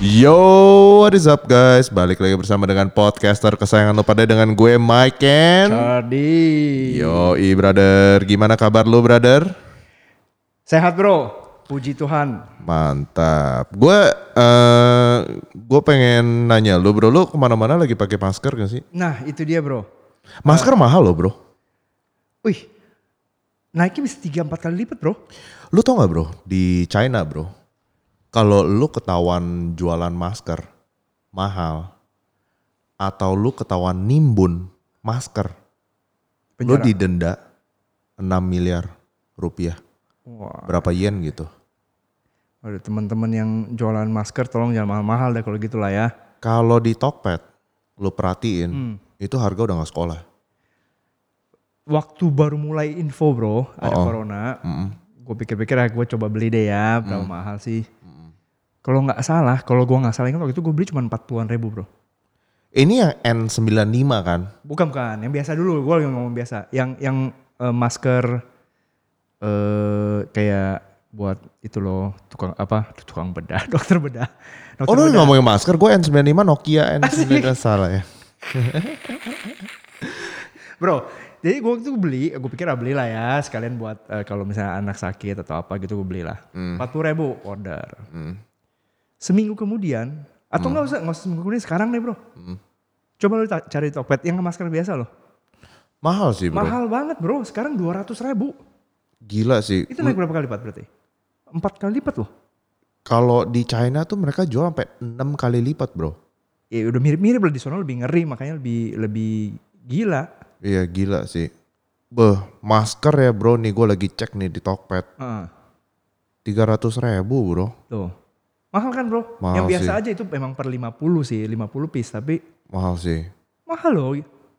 Yo, what is up guys? Balik lagi bersama dengan podcaster kesayangan lo pada dengan gue Mike Ken. Chardi. Yo, brother, gimana kabar lo brother? Sehat bro, puji Tuhan. Mantap. Gue pengen nanya lo bro, lo kemana-mana lagi pakai masker gak sih? Nah itu dia bro. Masker mahal lo bro. Wih, naiknya bisa 3-4 kali lipat bro. Lo tau gak bro, di China bro, kalau lo ketahuan jualan masker mahal atau lo ketahuan nimbun masker, lo Penjara. didenda 6 miliar rupiah. Wah, Berapa yen gitu. waduh teman-teman yang jualan masker tolong jangan mahal-mahal deh kalau gitulah ya. Kalau di Tokped lo perhatiin itu harga udah gak sekolah. Waktu baru mulai info bro, ada corona. Gue pikir-pikir gue coba beli deh ya, berapa mahal sih. Kalau nggak salah, kalau gue nggak salah ingat waktu itu gue beli cuma 40-an ribu bro. Ini yang N95 kan? Bukan, yang biasa dulu, gue lagi ngomong biasa. Yang masker kayak buat itu loh, tukang bedah, dokter bedah. Oh lu ngomongin masker, gue N95 Nokia N95 salah ya. Bro, jadi gue waktu itu gue pikir beli lah ya, sekalian buat kalau misalnya anak sakit atau apa gitu gue belilah. 40.000 order. Seminggu kemudian, atau nggak usah seminggu kemudian, sekarang deh bro. Coba lu cari Tokped yang masker biasa loh. Mahal sih bro. Mahal banget bro, sekarang 200.000. Gila sih. Itu naik berapa kali lipat berarti? 4 kali lipat loh. Kalau di China tuh mereka jual sampai 6 kali lipat bro. Ya udah mirip-mirip lah, di sana lebih ngeri, makanya lebih gila. Iya gila sih. Masker ya bro, nih gue lagi cek nih di Tokped. 300.000 bro. Tuh. Mahal kan bro? Mahal yang biasa sih. aja itu memang per 50 sih, 50 piece, tapi Mahal sih. mahal loh.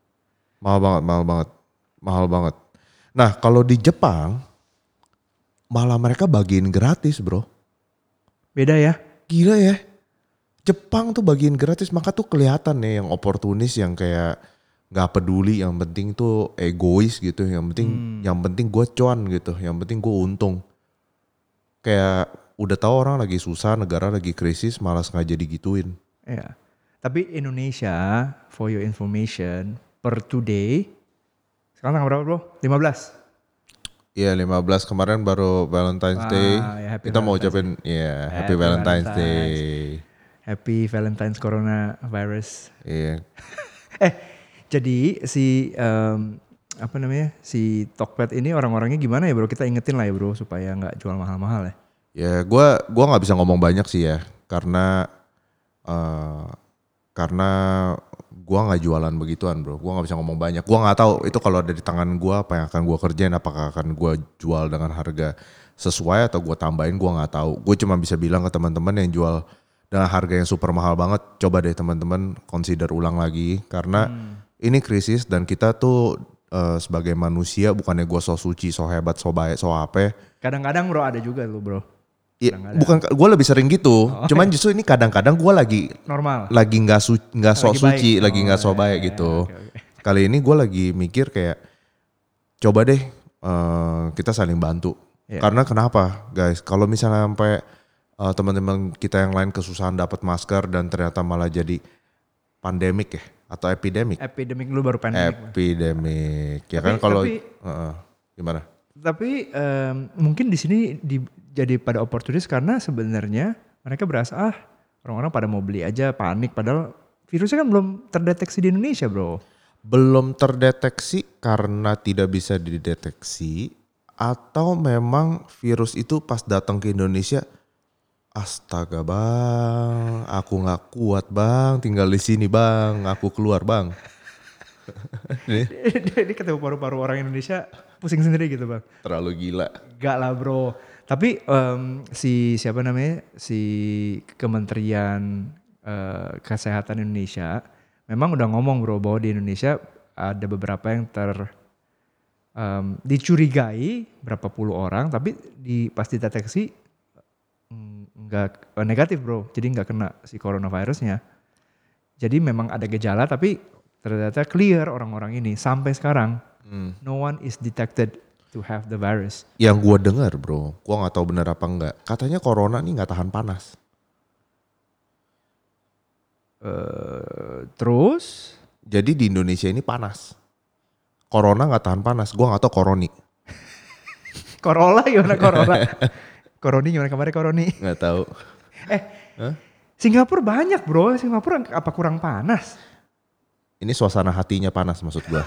Mahal banget. Nah kalau di Jepang, malah mereka bagiin gratis bro. Beda ya? Gila ya. Jepang tuh bagiin gratis, maka tuh kelihatan nih yang oportunis, yang kayak gak peduli, yang penting tuh egois gitu, yang penting gue cuan gitu, yang penting gue untung. Kayak udah tahu orang lagi susah, negara lagi krisis, malas nggak jadi gituin. Iya. Tapi Indonesia, for your information, per today, sekarang tanggal berapa bro? 15. Iya 15 kemarin baru Valentine's Day. Ya, Kita mau ucapin ya Happy Valentine's Day. Happy Valentine's Coronavirus. Iya. Jadi si si Tokped ini orang-orangnya gimana ya bro? Kita ingetin lah ya bro supaya nggak jual mahal-mahal ya. Ya gua nggak bisa ngomong banyak sih ya, karena gua nggak jualan begituan bro. Gua nggak bisa ngomong banyak. Gua nggak tahu itu kalau ada di tangan gua apa yang akan gua kerjain, apakah akan gua jual dengan harga sesuai atau gua tambahin, gua nggak tahu. Gue cuma bisa bilang ke teman-teman yang jual dengan harga yang super mahal banget, coba deh teman-teman consider ulang lagi, karena ini krisis dan kita tuh sebagai manusia, bukannya gue so suci, so hebat, so baik, so apa. Kadang-kadang bro ada juga lu bro. Ya, bukan, gue lebih sering gitu. Cuman justru ini kadang-kadang gue lagi normal, lagi nggak so suci, baik. lagi nggak so baik gitu. Okay. Kali ini gue lagi mikir kayak coba deh kita saling bantu. Karena kenapa guys? Kalau misalnya sampai teman-teman kita yang lain kesusahan dapat masker dan ternyata malah jadi pandemik ya atau epidemik. Epidemik dulu baru pandemik. Epidemik ya kan kalau gimana? Tapi mungkin di sini jadi pada oportunis karena sebenarnya mereka berasa orang-orang pada mau beli aja, panik, padahal virusnya kan belum terdeteksi di Indonesia bro. Belum terdeteksi karena tidak bisa dideteksi, atau memang virus itu pas datang ke Indonesia, astaga bang, aku nggak kuat bang, tinggal di sini bang, aku keluar bang. Ini ketemu paru-paru orang Indonesia pusing sendiri gitu bang. Terlalu gila. Gak lah bro. Tapi si Kementerian Kesehatan Indonesia memang udah ngomong bro bahwa di Indonesia ada beberapa yang dicurigai berapa puluh orang, tapi pas dideteksi nggak negatif bro, jadi nggak kena si coronavirusnya. Jadi memang ada gejala tapi ternyata clear orang-orang ini sampai sekarang. No one is detected to have the virus. Yang gue dengar bro, gue nggak tahu benar apa enggak. Katanya corona nih nggak tahan panas. Terus Jadi di Indonesia ini panas. Corona nggak tahan panas. Gua nggak tahu koroni. Corolla gimana Corolla? Koroni gimana kabarnya Koroni? Nggak tahu. Hah? Singapura banyak bro, Singapura apa kurang panas? Ini suasana hatinya panas maksud gua.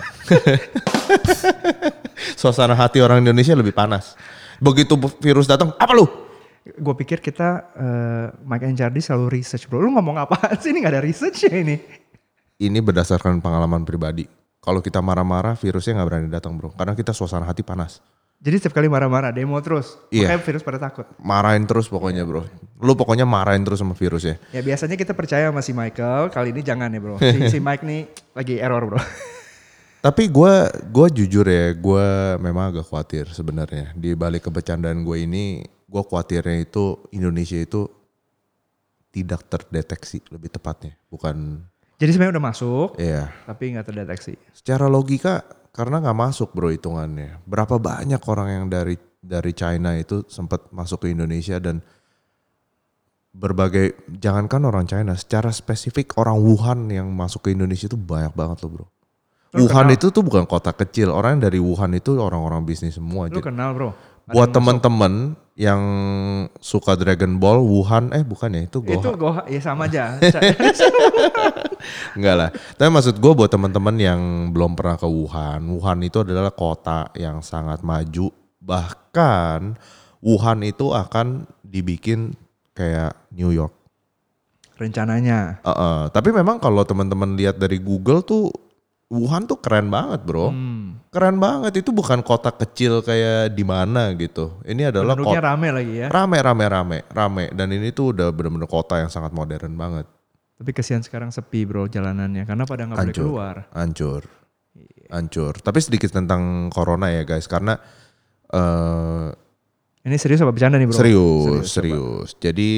Suasana hati orang Indonesia lebih panas. Begitu virus datang, apa lu? Gue pikir kita Mike and Jardi selalu research bro. Lu ngomong apaan sih? Ini gak ada research ya ini. Ini berdasarkan pengalaman pribadi. Kalau kita marah-marah, virusnya nggak berani datang bro. Karena kita suasana hati panas. Jadi setiap kali marah-marah demo terus. Iya. Makanya virus pada takut. Marahin terus pokoknya bro. Lu pokoknya marahin terus sama virusnya. Ya biasanya kita percaya sama si Michael. Kali ini jangan ya bro. Si Mike nih lagi error bro. Tapi gue jujur ya, gue memang agak khawatir sebenarnya. Di balik kebecandaan gue ini, gue khawatirnya itu Indonesia itu tidak terdeteksi lebih tepatnya. Bukan, Jadi sebenarnya udah masuk. ya Tapi gak terdeteksi. secara logika karena nggak masuk bro hitungannya. Berapa banyak orang yang dari China itu sempat masuk ke Indonesia dan berbagai, jangankan orang China, secara spesifik orang Wuhan yang masuk ke Indonesia itu banyak banget loh bro. Lu Wuhan kenal? itu tuh bukan kota kecil, orang dari Wuhan itu orang-orang bisnis semua. Lu kenal bro? Ada Buat yang teman-teman yang suka Dragon Ball, Wuhan, bukan ya itu masuk. Itu Goha. ya sama aja. Enggak lah. Tapi maksud gue buat teman-teman yang belum pernah ke Wuhan, Wuhan itu adalah kota yang sangat maju. Bahkan Wuhan itu akan dibikin kayak New York. Rencananya. Tapi memang kalau teman-teman lihat dari Google tuh Wuhan tuh keren banget bro. Keren banget, itu bukan kota kecil kayak di mana gitu. Ini adalah Penduduknya kota rame lagi ya. rame. Dan ini tuh udah bener-bener kota yang sangat modern banget. Tapi kesian sekarang sepi bro jalanannya. Karena pada gak boleh keluar. Hancur. Tapi sedikit tentang corona ya guys. Karena Ini serius apa bercanda nih bro? serius. Jadi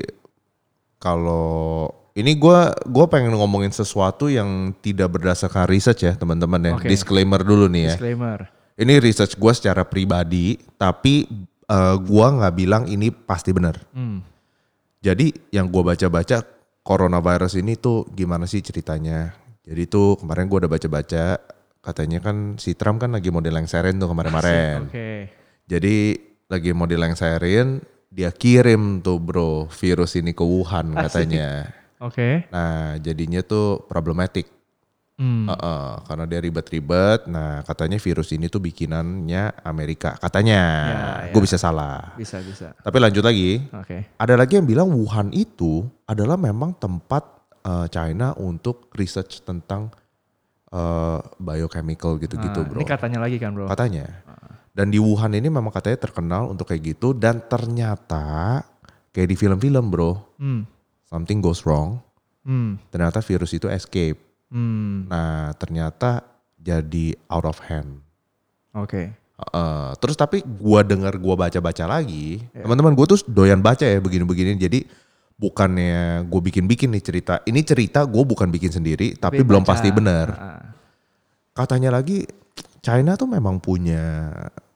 kalau ini gue pengen ngomongin sesuatu yang tidak berdasarkan research ya teman-teman ya. Oke. Disclaimer dulu nih ya. Disclaimer. Ini research gue secara pribadi, tapi gue nggak bilang ini pasti benar. Jadi yang gue baca-baca coronavirus ini tuh gimana sih ceritanya? Jadi tuh kemarin gue udah baca-baca, katanya kan si Trump kan lagi mau dilengserin tuh kemarin-kemarin. Oke. Jadi lagi mau dilengserin, dia kirim tuh bro virus ini ke Wuhan katanya. Oke. Nah jadinya tuh problematik. Karena dia ribet-ribet, nah katanya virus ini tuh bikinannya Amerika, katanya. Ya. Gue bisa salah. Bisa. Tapi lanjut lagi, Oke. ada lagi yang bilang Wuhan itu adalah memang tempat China untuk research tentang biochemical gitu-gitu bro. Ini katanya lagi kan bro? Katanya. Dan di Wuhan ini memang katanya terkenal untuk kayak gitu, dan ternyata kayak di film-film bro, something goes wrong, ternyata virus itu escape. Nah ternyata jadi out of hand. Oke. Terus tapi gua baca-baca lagi, teman-teman gue tuh doyan baca ya begini-begini. Jadi bukannya gue bikin-bikin nih cerita. Ini cerita gue bukan bikin sendiri, tapi belum baca. pasti benar. Katanya lagi China tuh memang punya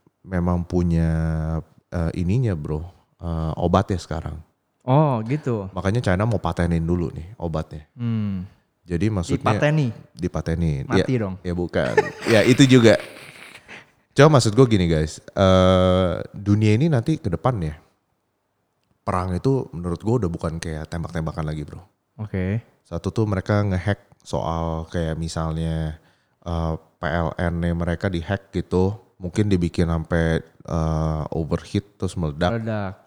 ininya bro, obatnya sekarang. Oh gitu. Makanya China mau patenin dulu nih obatnya. Jadi maksudnya dipatenin. Mati dong. Ya bukan. Ya itu juga. Coba maksud gue gini guys. Dunia ini nanti ke depan ya. Perang itu menurut gue udah bukan kayak tembak-tembakan lagi bro. Oke. Satu tuh mereka ngehack soal kayak misalnya PLN-nya mereka dihack gitu. Mungkin dibikin sampai overheat terus meledak.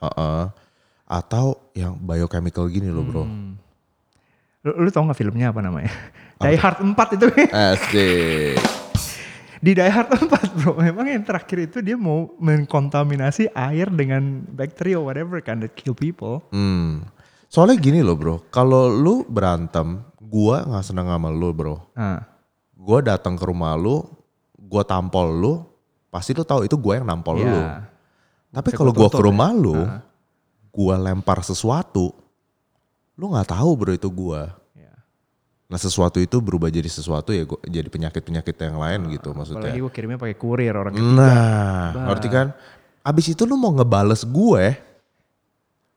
Atau yang biochemical gini loh bro. Lu tau gak filmnya apa namanya? Die Hard 4 itu. Asik. Di Die Hard 4 bro, memang yang terakhir itu dia mau mengkontaminasi air dengan bakteri or whatever kan that kill people. Soalnya gini loh bro, kalau lu berantem, gua gak seneng sama lu bro. Gua datang ke rumah lu, gua tampol lu, pasti lu tahu itu gua yang nampol lu. Tapi kalau gua ke rumah lu, gua lempar sesuatu, lu gak tahu bro itu gua. Nah sesuatu itu berubah jadi sesuatu ya, jadi penyakit-penyakit yang lain gitu maksudnya. Apalagi gue kirimnya pakai kurir orang ketiga. Nah ngerti kan, abis itu lu mau ngebales gue,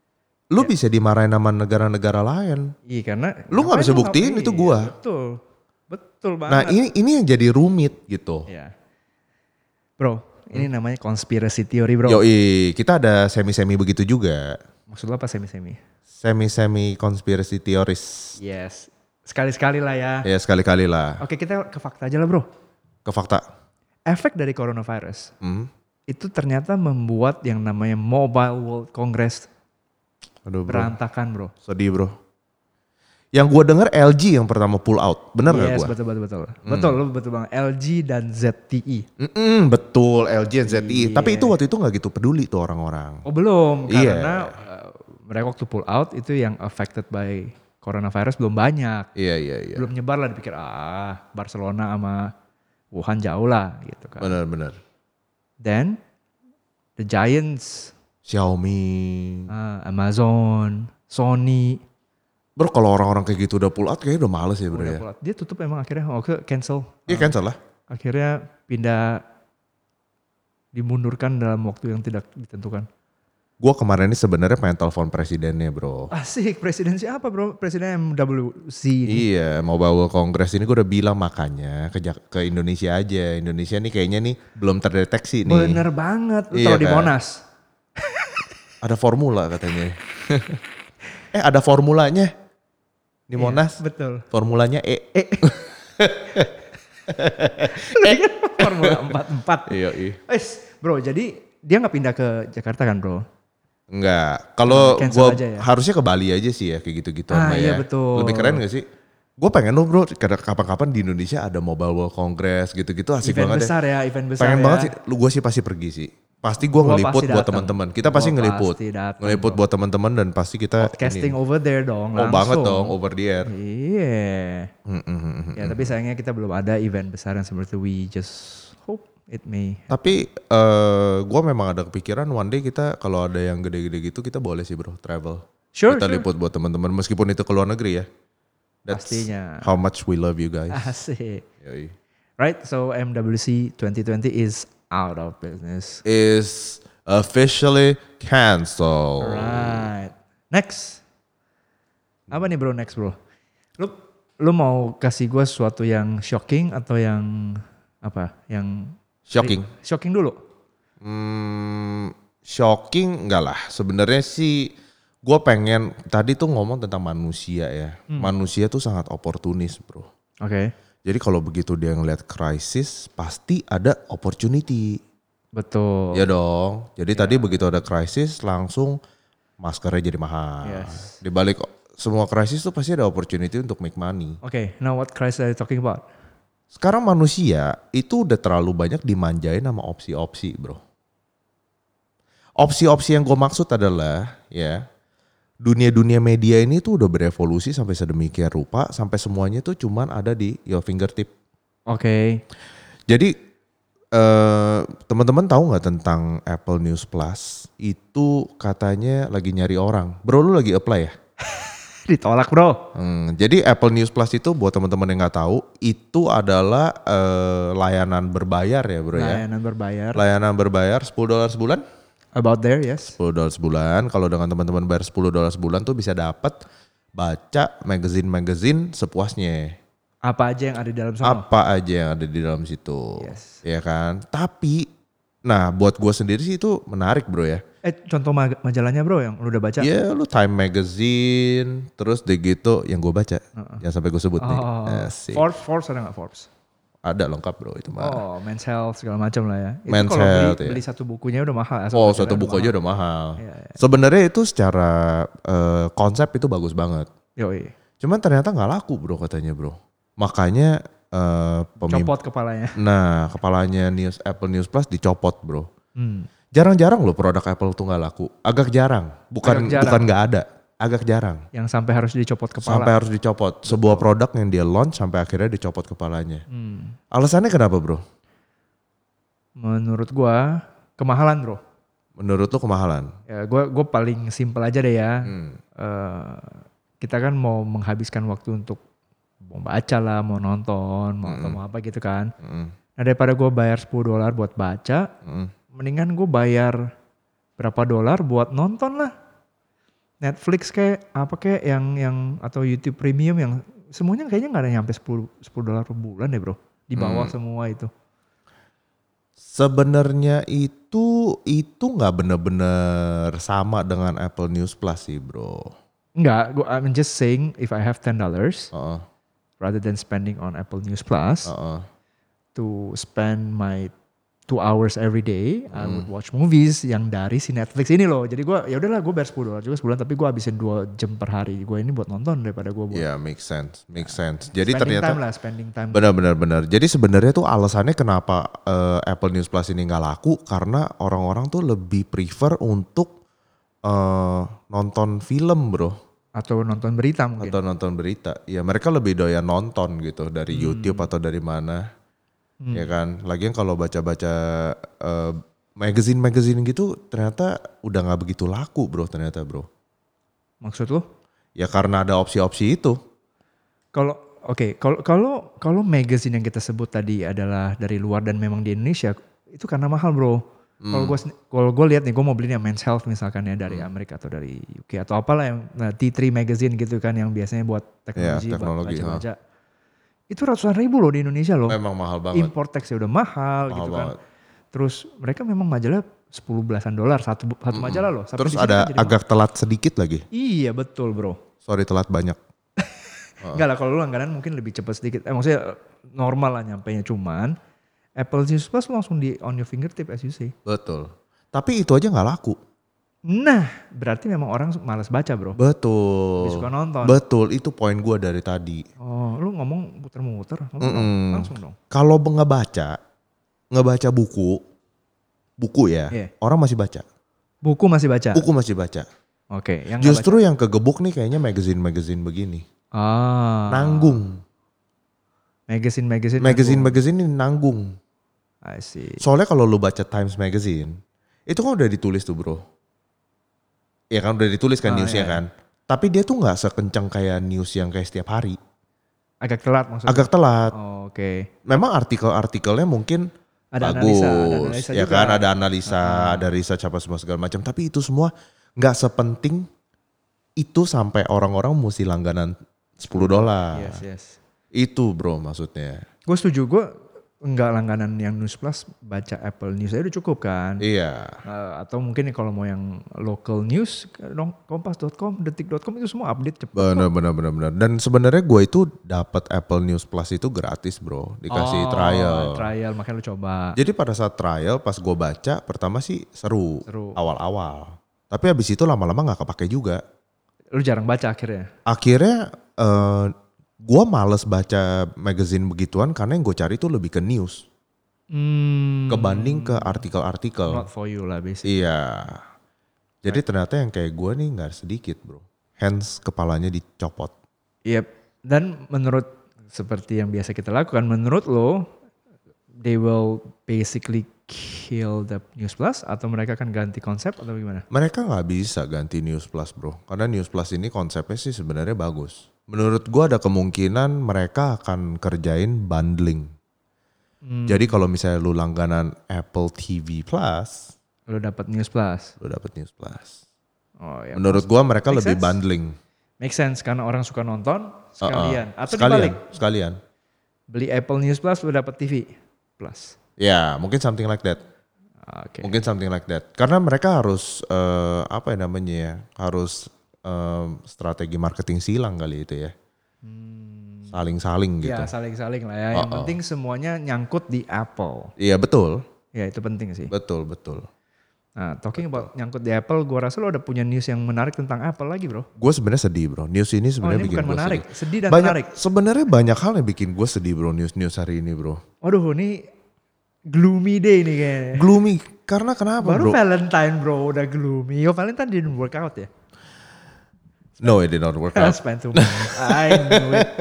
lu bisa dimarahin sama negara-negara lain. Iya karena Lu nggak ngapain bisa buktiin ngapain? itu gua. Iya, betul Nah banget. ini yang jadi rumit gitu. Ya. Bro, ini namanya conspiracy theory bro. Yoi, kita ada semi-semi begitu juga. Maksud lo apa semi-semi? Semi-semi conspiracy theories. Yes, sekali-sekali lah ya. Ya sekali-kali lah. Oke kita ke fakta aja lah bro. Ke fakta. Efek dari coronavirus Hmm. itu ternyata membuat yang namanya Mobile World Congress Aduh bro, berantakan bro. sedih bro. Yang gue denger LG yang pertama pull out. Bener gak Yes, gue? betul. Betul, lu betul banget. LG dan ZTE. Betul, LG dan ZTE. Iya. Tapi itu waktu itu gak gitu peduli tuh orang-orang. Oh belum, Iya. karena mereka waktu pull out itu yang affected by coronavirus belum banyak. Iya. Belum nyebar lah dipikir Barcelona sama Wuhan jauh lah gitu kan. Bener. Then the giants, Xiaomi. Amazon, Sony, Bro kalau orang-orang kayak gitu udah pull out kayaknya udah males ya bro udah ya. pull out. Dia tutup emang akhirnya, cancel. Iya cancel lah. Akhirnya pindah, dimundurkan dalam waktu yang tidak ditentukan. Gue kemarin ini sebenarnya pengen telepon presidennya bro. Asik, presiden siapa bro? Presiden MWC ini. Iya mau bawa kongres ini gue udah bilang makanya ke Indonesia aja. Indonesia nih kayaknya nih belum terdeteksi nih. Bener banget, lu Iya taruh di kan? Monas. Ada formula katanya. Ada formulanya di Iya, Monas. betul. Formulanya E. Formula 44. Iya. Bro, jadi dia nggak pindah ke Jakarta kan bro? Enggak. Kalau Cancel gue aja ya? harusnya ke Bali aja sih ya kayak gitu-gitu. Iya, betul. Lebih keren gak sih? Gue pengen loh bro, kapan-kapan di Indonesia ada Mobile World Congress gitu-gitu asik Event banget besar ya, Pengen banget sih, gue sih pasti pergi sih. Pasti gue Gua ngeliput pasti buat datang. teman-teman. Kita pasti Gua ngeliput. pasti datang, Ngeliput bro. buat teman-teman dan pasti kita Podcasting over there dong, Oh langsung. banget dong, over the air. Iya. Ya tapi sayangnya kita belum ada event besar yang seperti we just hope it may. Tapi gue memang ada kepikiran one day kita kalau ada yang gede-gede gitu kita boleh sih bro travel. Sure, Kita sure. liput buat teman-teman meskipun itu ke luar negeri ya. That's Pastinya. how much we love you guys. Asik. Yoi. Right, so MWC 2020 is out of business. Is officially canceled. Right. Next. Apa nih bro next bro? Lu mau kasih gue sesuatu yang shocking atau yang apa? Yang Shocking. shocking dulu. Shocking enggak lah. Sebenarnya sih gue pengen tadi tuh ngomong tentang manusia ya. Manusia tuh sangat oportunis bro. Oke. Jadi kalau begitu dia ngeliat krisis pasti ada opportunity. Betul. Ya dong. Jadi tadi begitu ada krisis langsung maskernya jadi mahal. Yes. Di balik semua krisis tuh pasti ada opportunity untuk make money. Oke, now what crisis are you talking about? Sekarang manusia itu udah terlalu banyak dimanjain sama opsi-opsi bro. Opsi-opsi yang gue maksud adalah ya dunia-dunia media ini tuh udah berevolusi sampai sedemikian rupa sampai semuanya tuh cuman ada di your fingertip. Oke. Jadi teman-teman tahu nggak tentang Apple News Plus itu katanya lagi nyari orang. Bro lu lagi apply ya? Ditolak bro. Jadi Apple News Plus itu buat teman-teman yang nggak tahu itu adalah layanan berbayar ya bro ya. Layanan berbayar. Layanan berbayar $10 sebulan. About there, yes. $10 sebulan. Kalau dengan teman-teman bayar $10 sebulan tuh bisa dapat baca magazine-magazine sepuasnya. Apa aja yang ada di dalam sana? Apa aja yang ada di dalam situ. Yes. Ya kan? Tapi nah buat gue sendiri sih itu menarik bro ya. Contoh majalahnya bro yang lu udah baca? Ya lu Time Magazine terus deh gitu yang gue baca. Jangan sampai gue sebut nih. Asik. Forbes ada gak Forbes? Ada lengkap bro itu mah. Oh, Men's Health segala macam lah ya. Itu Men's kalau Health, beli satu bukunya udah mahal. Oh satu buku aja udah mahal. Sebenarnya itu secara konsep itu bagus banget. Yoi. Cuman ternyata nggak laku bro katanya bro. Makanya Copot kepalanya. Nah kepalanya Apple News Plus dicopot bro. Jarang-jarang loh produk Apple tuh nggak laku. Agak jarang. Bukan nggak ada. Agak jarang. Yang sampai harus dicopot kepala. Sampai harus dicopot. Sebuah produk yang dia launch sampai akhirnya dicopot kepalanya. Alasannya kenapa bro? Menurut gua kemahalan bro. Menurut lo kemahalan? Ya, gue paling simpel aja deh ya. Kita kan mau menghabiskan waktu untuk mau baca lah, mau nonton, mau apa gitu kan. Nah daripada gue bayar $10 buat baca, mendingan gue bayar berapa dolar buat nonton lah. Netflix kayak apa kayak yang atau YouTube Premium yang semuanya kayaknya nggak ada nyampe 10 $10 per bulan deh bro. Di bawah semua itu. Sebenarnya itu nggak bener-bener sama dengan Apple News Plus sih bro. Enggak, I'm just saying if I have $10 Heeh, rather than spending on Apple News Plus heeh. to spend my 2 hours every day, I would watch movies yang dari si Netflix ini loh. Jadi gue ya udahlah gue bayar $10 juga sebulan tapi gue habisin 2 jam per hari. Gue ini buat nonton daripada gue buat Ya, make sense. Jadi spending ternyata time lah, spending time. benar. Jadi sebenarnya tuh alasannya kenapa Apple News Plus ini nggak laku karena orang-orang tuh lebih prefer untuk nonton film bro Atau nonton berita mungkin. atau nonton berita. Ya mereka lebih doyan nonton gitu dari YouTube atau dari mana. Ya kan. Lagian kalau baca-baca magazine gitu ternyata udah nggak begitu laku bro ternyata bro. Maksud lo? Ya karena ada opsi-opsi itu. Kalau kalau magazine yang kita sebut tadi adalah dari luar dan memang di Indonesia itu karena mahal bro. Kalau gue lihat nih gue mau beli yang Men's Health misalkan ya dari Amerika atau dari UK atau apalah yang T3 magazine gitu kan yang biasanya buat teknologi, buat baca-baca. Itu ratusan ribu loh di Indonesia loh. Memang mahal banget. Import taxnya udah mahal gitu kan. Banget. Terus mereka memang majalah 10 belasan dolar satu majalah loh. Sampai Terus di sini ada kan jadi agak telat sedikit lagi. Iya betul bro. Sorry telat banyak. Enggak lah kalau lu langganan mungkin lebih cepat sedikit. Maksudnya normal lah nyampainya cuman Apple News Plus langsung di on your fingertip as you say. Betul. Tapi itu aja nggak laku. Nah berarti memang orang malas baca bro. Betul. Lebih suka nonton. Betul itu poin gue dari tadi. Oh lu ngomong muter-muter langsung dong. Kalau ngebaca buku ya, orang masih baca. Buku masih baca? Buku masih baca. Oke. Justru yang kegebuk nih kayaknya magazine begini. Nanggung. Magazine ini nanggung. I see. Soalnya kalau lu baca Times Magazine, itu kan udah ditulis tuh bro. Ya kan udah ditulis kan newsnya kan. Tapi dia tuh gak sekencang kayak news yang kayak setiap hari. Agak telat maksudnya? Agak telat. Oh, oke. Memang artikelnya mungkin ada bagus. analisa Ya juga. kan ada analisa, ada research apa semua segala macam. Tapi itu semua gak sepenting itu sampai orang-orang mesti langganan $10. Yes. Itu bro maksudnya. Gue setuju, gue enggak langganan yang News Plus, baca Apple News aja udah cukup kan. Iya. Atau mungkin kalau mau yang local news, kompas.com, detik.com itu semua update cepat. Benar. Dan sebenarnya gue itu dapat Apple News Plus itu gratis bro, dikasih trial. Trial, makanya lu coba. Jadi pada saat trial pas gue baca pertama sih seru. Awal-awal. Tapi habis itu lama-lama gak kepake juga. Lu jarang baca akhirnya? Akhirnya gue males baca magazine begituan karena yang gue cari tuh lebih ke news. Kebanding ke artikel-artikel. Not for you lah basically. Iya. Jadi ternyata yang kayak gue nih gak sedikit bro. Hence kepalanya dicopot. Yep. Dan menurut seperti yang biasa kita lakukan, menurut lo they will basically kill the News Plus atau mereka akan ganti konsep atau gimana? Mereka gak bisa ganti News Plus bro. Karena News Plus ini konsepnya sih sebenarnya bagus. Menurut gue ada kemungkinan mereka akan kerjain bundling. Jadi kalau misalnya lu langganan Apple TV Plus, lu dapat News Plus. Oh, ya, menurut gue mereka lebih bundling. Make sense karena orang suka nonton sekalian. Atau sekalian, dibalik. Sekalian. Beli Apple News Plus lu dapat TV Plus. Ya mungkin something like that. Okay. Mungkin something like that. Karena mereka harus harus strategi marketing silang kali itu ya. Saling-saling gitu. Ya saling-saling lah ya. Yang penting semuanya nyangkut di Apple. Iya betul. Ya itu penting sih. Betul. Nah talking about nyangkut di Apple, gue rasa lo ada punya news yang menarik tentang Apple lagi bro. Gue sebenarnya sedih bro. News ini sebenarnya bikin gue menarik. Sedih dan banyak, menarik. Sebenarnya banyak hal yang bikin gue sedih bro news hari ini bro. Waduh ini gloomy day nih kayaknya. Gloomy karena kenapa Baru bro? Valentine bro udah gloomy. Valentine didn't work out ya? No, it did not work out. Spend too much. I knew it.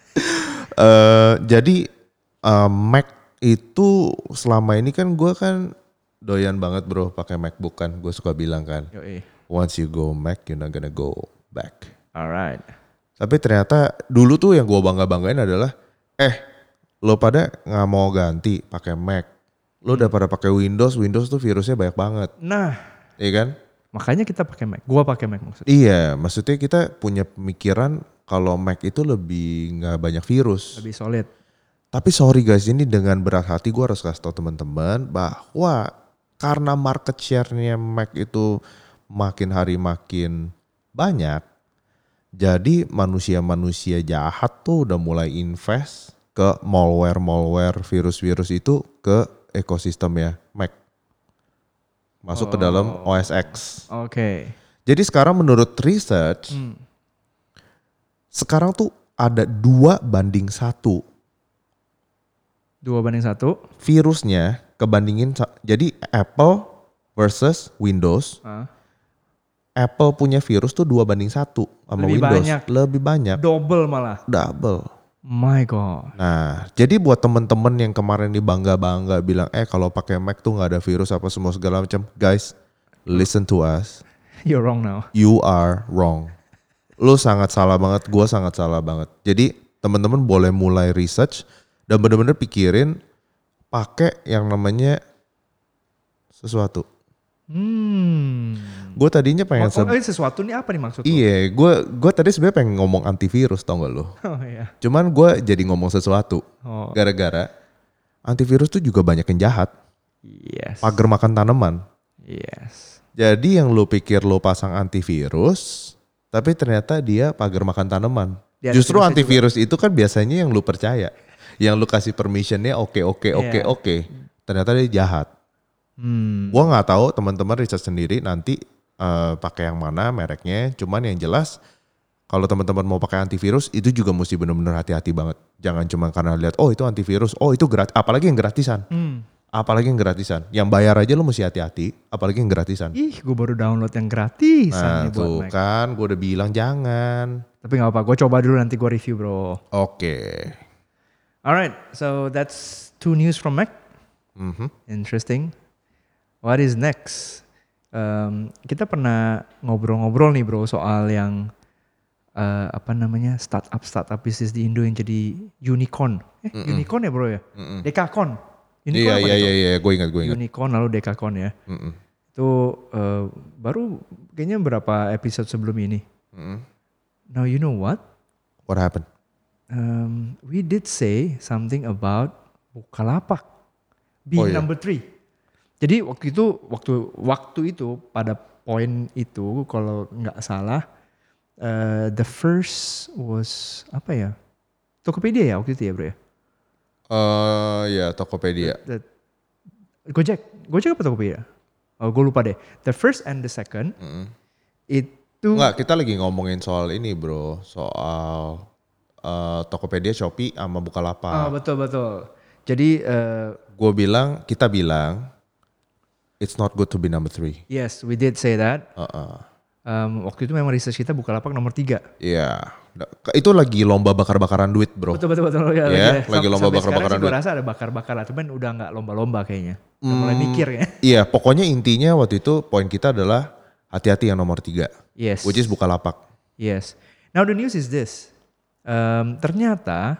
Jadi Mac itu selama ini kan gue kan doyan banget bro pakai MacBook kan. Gue suka bilang kan. Yoi. Once you go Mac, you're not gonna go back. Alright. Tapi ternyata dulu tuh yang gue banggain adalah, lo pada nggak mau ganti pakai Mac. Lo udah pada pakai Windows tuh virusnya banyak banget. Nah. Iya kan? Makanya kita pakai Mac. Gua pakai Mac maksudnya. Iya, maksudnya kita punya pemikiran kalau Mac itu lebih nggak banyak virus. Lebih solid. Tapi sorry guys, ini dengan berat hati gue harus kasih tau teman-teman bahwa karena market share-nya Mac itu makin hari makin banyak, jadi manusia-manusia jahat tuh udah mulai invest ke malware, virus-virus itu ke ekosistemnya Mac. Masuk ke dalam OS X. Oke. Jadi sekarang menurut research, sekarang tuh ada 2:1 2:1. virusnya kebandingin, jadi Apple versus Windows. Apple punya virus tuh 2:1 sama Lebih Windows. banyak. Lebih banyak. Double malah. Double. My God. Nah, jadi buat temen-temen yang kemarin nih bangga-bangga bilang, kalau pakai Mac tuh nggak ada virus apa semua segala macam, guys, listen to us. You're wrong now. You are wrong. Lu sangat salah banget, gua sangat salah banget. Jadi teman-teman boleh mulai research dan bener-bener pikirin pakai yang namanya sesuatu. Gue tadinya pengen sesuatu nih apa nih maksudnya? Iya, gue tadi sebenarnya pengen ngomong antivirus, tau gak lo? Oh iya. Cuman gue jadi ngomong sesuatu. Oh. Gara-gara antivirus tuh juga banyak yang jahat. Yes. Pagar makan tanaman. Yes. Jadi yang lu pikir lu pasang antivirus, tapi ternyata dia pagar makan tanaman. Justru antivirus itu kan biasanya yang lu percaya. Yang lu kasih permissionnya oke. Ternyata dia jahat. Gua nggak tahu, teman-teman research sendiri nanti pakai yang mana mereknya. Cuman yang jelas kalau teman-teman mau pakai antivirus itu juga mesti benar-benar hati-hati banget. Jangan cuma karena lihat itu antivirus, itu gratis, apalagi yang gratisan. Apalagi yang gratisan. Yang bayar aja lu mesti hati-hati, apalagi yang gratisan. Ih, gue baru download yang gratisan Nah, nih buat tuh Mac. kan gue udah bilang jangan. Tapi gak apa-apa, gue coba dulu nanti gue review bro. Oke. Alright, so that's 2 news from Mac. Interesting. What is next? Kita pernah ngobrol-ngobrol nih bro soal yang startup bisnis di Indo yang jadi unicorn. Unicorn ya bro ya? Dekakon. Iya, gue ingat. Unicorn lalu Dekakon ya. Itu baru kayaknya berapa episode sebelum ini. Now you know what? What happened? We did say something about Bukalapak being number 3. Jadi waktu itu pada poin itu kalau nggak salah the first was apa ya? Tokopedia ya waktu itu ya bro ya? Ya Tokopedia. Gojek apa Tokopedia? Oh gue lupa deh. The first and the second itu. Nggak, kita lagi ngomongin soal ini bro, soal Tokopedia, Shopee sama Bukalapak. Betul. Jadi kita bilang it's not good to be number 3. Yes, we did say that. Waktu itu memang research kita Bukalapak nomor 3. Iya. Itu lagi lomba bakar-bakaran duit bro. Betul. Ya, lagi lomba bakar-bakaran duit. Gue rasa ada bakar-bakar, cuman udah gak lomba-lomba kayaknya. Udah mulai mikir ya. Iya, pokoknya intinya waktu itu poin kita adalah hati-hati yang nomor 3. Yes. Which is Bukalapak. Yes. Now the news is this. Ternyata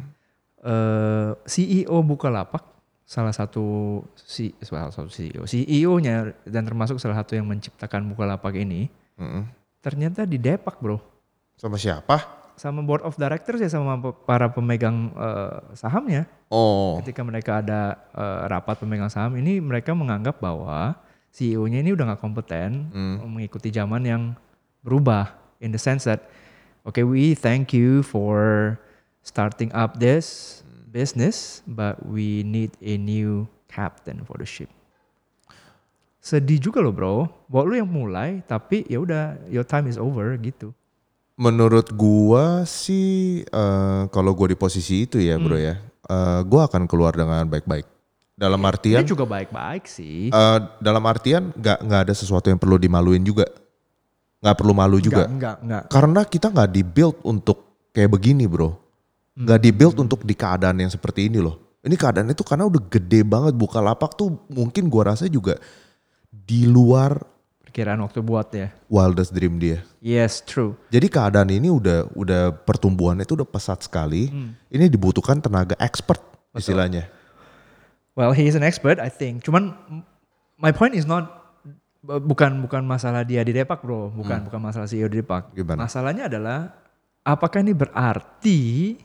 CEO Bukalapak, salah satu CEO-nya dan termasuk salah satu yang menciptakan Bukalapak ini, ternyata didepak bro. Sama siapa? Sama board of directors ya, sama para pemegang sahamnya. Ketika mereka ada rapat pemegang saham ini, mereka menganggap bahwa CEO-nya ini udah gak kompeten mengikuti zaman yang berubah. In the sense that, okay, we thank you for starting up this business, but we need a new captain for the ship. Sedih juga loh bro, bahwa lu yang mulai tapi ya udah your time is over gitu. Menurut gua sih kalau gua di posisi itu ya bro ya, gua akan keluar dengan baik-baik. Dalam artian ini juga baik-baik sih. Dalam artian nggak ada sesuatu yang perlu dimaluin juga, nggak perlu malu juga. Enggak. Karena kita nggak di-build untuk kayak begini bro. Gak di-build untuk di keadaan yang seperti ini loh. Ini keadaannya tuh karena udah gede banget. Bukalapak tuh mungkin gua rasa juga di luar perkiraan waktu buat ya. Wildest dream dia. Yes, true. Jadi keadaan ini udah pertumbuhannya itu udah pesat sekali. Ini dibutuhkan tenaga expert istilahnya. Well, he is an expert I think. Cuman my point is not bukan masalah dia didepak bro, bukan masalah CEO didepak. Gimana? Masalahnya adalah apakah ini berarti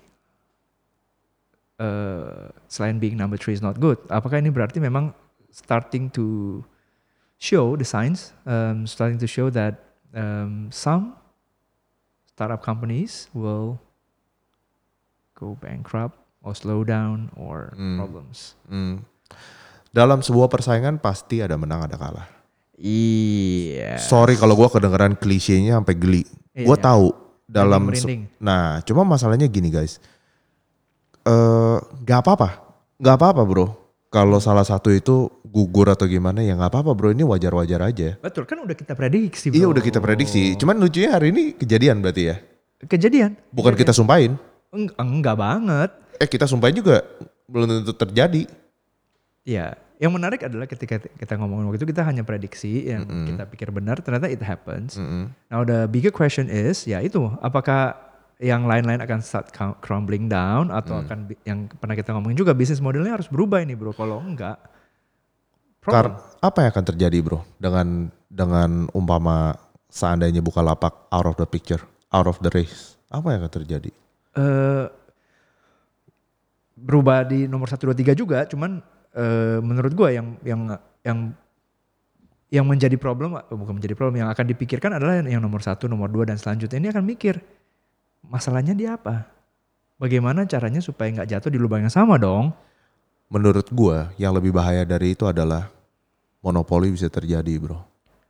selain being number 3 is not good, apakah ini berarti memang starting to show the signs, starting to show that some startup companies will go bankrupt or slow down or problems. Dalam sebuah persaingan pasti ada menang ada kalah. Iya. Sorry kalau gue kedengeran klisenya sampai geli. Gue Iya. tahu dalam Merinding. nah cuma masalahnya gini guys. Gak apa-apa bro. Kalau salah satu itu gugur atau gimana ya gak apa-apa bro. Ini wajar-wajar aja. Betul, kan udah kita prediksi bro. Iya udah kita prediksi. Cuman lucunya hari ini kejadian berarti ya. Kejadian. Bukan kita sumpahin. Enggak banget. Kita sumpahin juga belum tentu terjadi. Ya, yang menarik adalah ketika kita ngomongin waktu itu kita hanya prediksi yang kita pikir benar, ternyata it happens. Now the bigger question is, ya itu, apakah yang lain-lain akan start crumbling down atau akan yang pernah kita ngomongin juga bisnis modelnya harus berubah ini bro. Kalau enggak, problem. Apa yang akan terjadi bro dengan umpama seandainya Bukalapak out of the picture, out of the race, apa yang akan terjadi? Berubah di nomor 1, 2, 3 juga, cuman menurut gue yang menjadi problem, bukan menjadi problem, yang akan dipikirkan adalah yang nomor 1, nomor 2 dan selanjutnya ini akan mikir masalahnya dia apa, bagaimana caranya supaya nggak jatuh di lubang yang sama dong. Menurut gue yang lebih bahaya dari itu adalah monopoli bisa terjadi bro.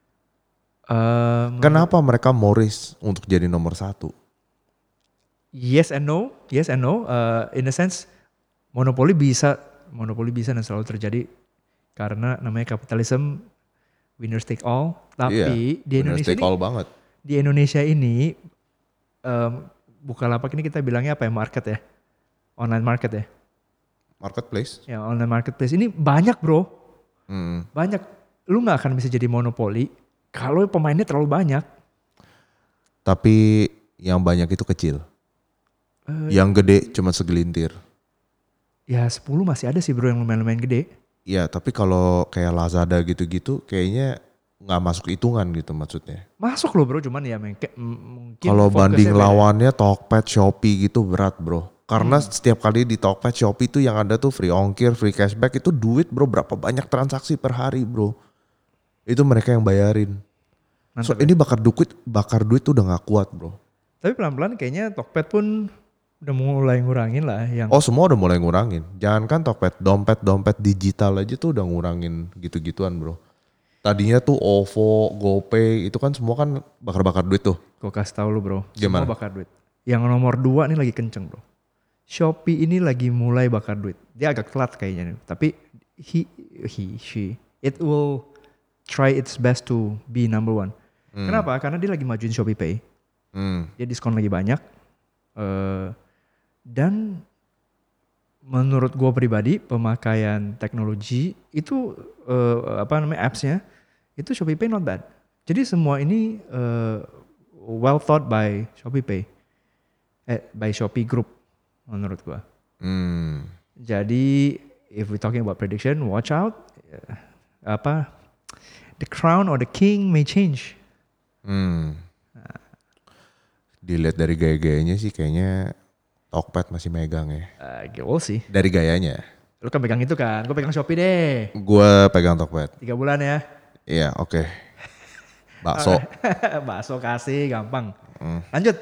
Kenapa mereka mau risk untuk jadi nomor 1? Yes and no. In a sense monopoli bisa dan selalu terjadi karena namanya kapitalisme, winners take all. Tapi di Indonesia take all banget. Di Indonesia ini Bukalapak ini kita bilangnya apa ya, market ya, online market ya, marketplace. Ya online marketplace ini banyak bro, banyak. Lu nggak akan bisa jadi monopoli kalau pemainnya terlalu banyak. Tapi yang banyak itu kecil, yang gede cuma segelintir. Ya 10 masih ada sih bro yang lumayan gede. Iya tapi kalau kayak Lazada gitu-gitu kayaknya nggak masuk hitungan gitu maksudnya. Masuk loh bro, cuman ya mungkin kalau banding lawannya Tokped, Shopee gitu berat bro. Karena setiap kali di Tokped, Shopee itu yang ada tuh free ongkir, free cashback, itu duit bro, berapa banyak transaksi per hari bro. Itu mereka yang bayarin. Mantap, so ini bakar duit tuh udah gak kuat bro. Tapi pelan-pelan kayaknya Tokped pun udah mulai ngurangin lah yang. Oh semua udah mulai ngurangin. Jangankan Tokped, dompet digital aja tuh udah ngurangin gitu-gituan bro. Tadinya tuh OVO, GoPay itu kan semua kan bakar-bakar duit tuh. Gue kasih tau lu bro, gimana? Semua bakar duit. Yang nomor 2 nih lagi kenceng bro. Shopee ini lagi mulai bakar duit. Dia agak telat kayaknya nih. Tapi she, it will try its best to be number 1. Kenapa? Karena dia lagi majuin Shopee Pay. Dia diskon lagi banyak. Dan menurut gue pribadi pemakaian teknologi itu appsnya itu Shopee Pay not bad. Jadi semua ini well thought by Shopee Pay, by Shopee Group menurut gue. Jadi if we talking about prediction, watch out. The crown or the king may change. Dilihat dari gaya-gayanya sih kayaknya Tokped masih megang ya. We'll sih. Dari gayanya. Lu kan pegang itu kan, gue pegang Shopee deh. Gue pegang Tokped. 3 bulan ya. Iya oke. Bakso. Bakso kasih gampang. Lanjut.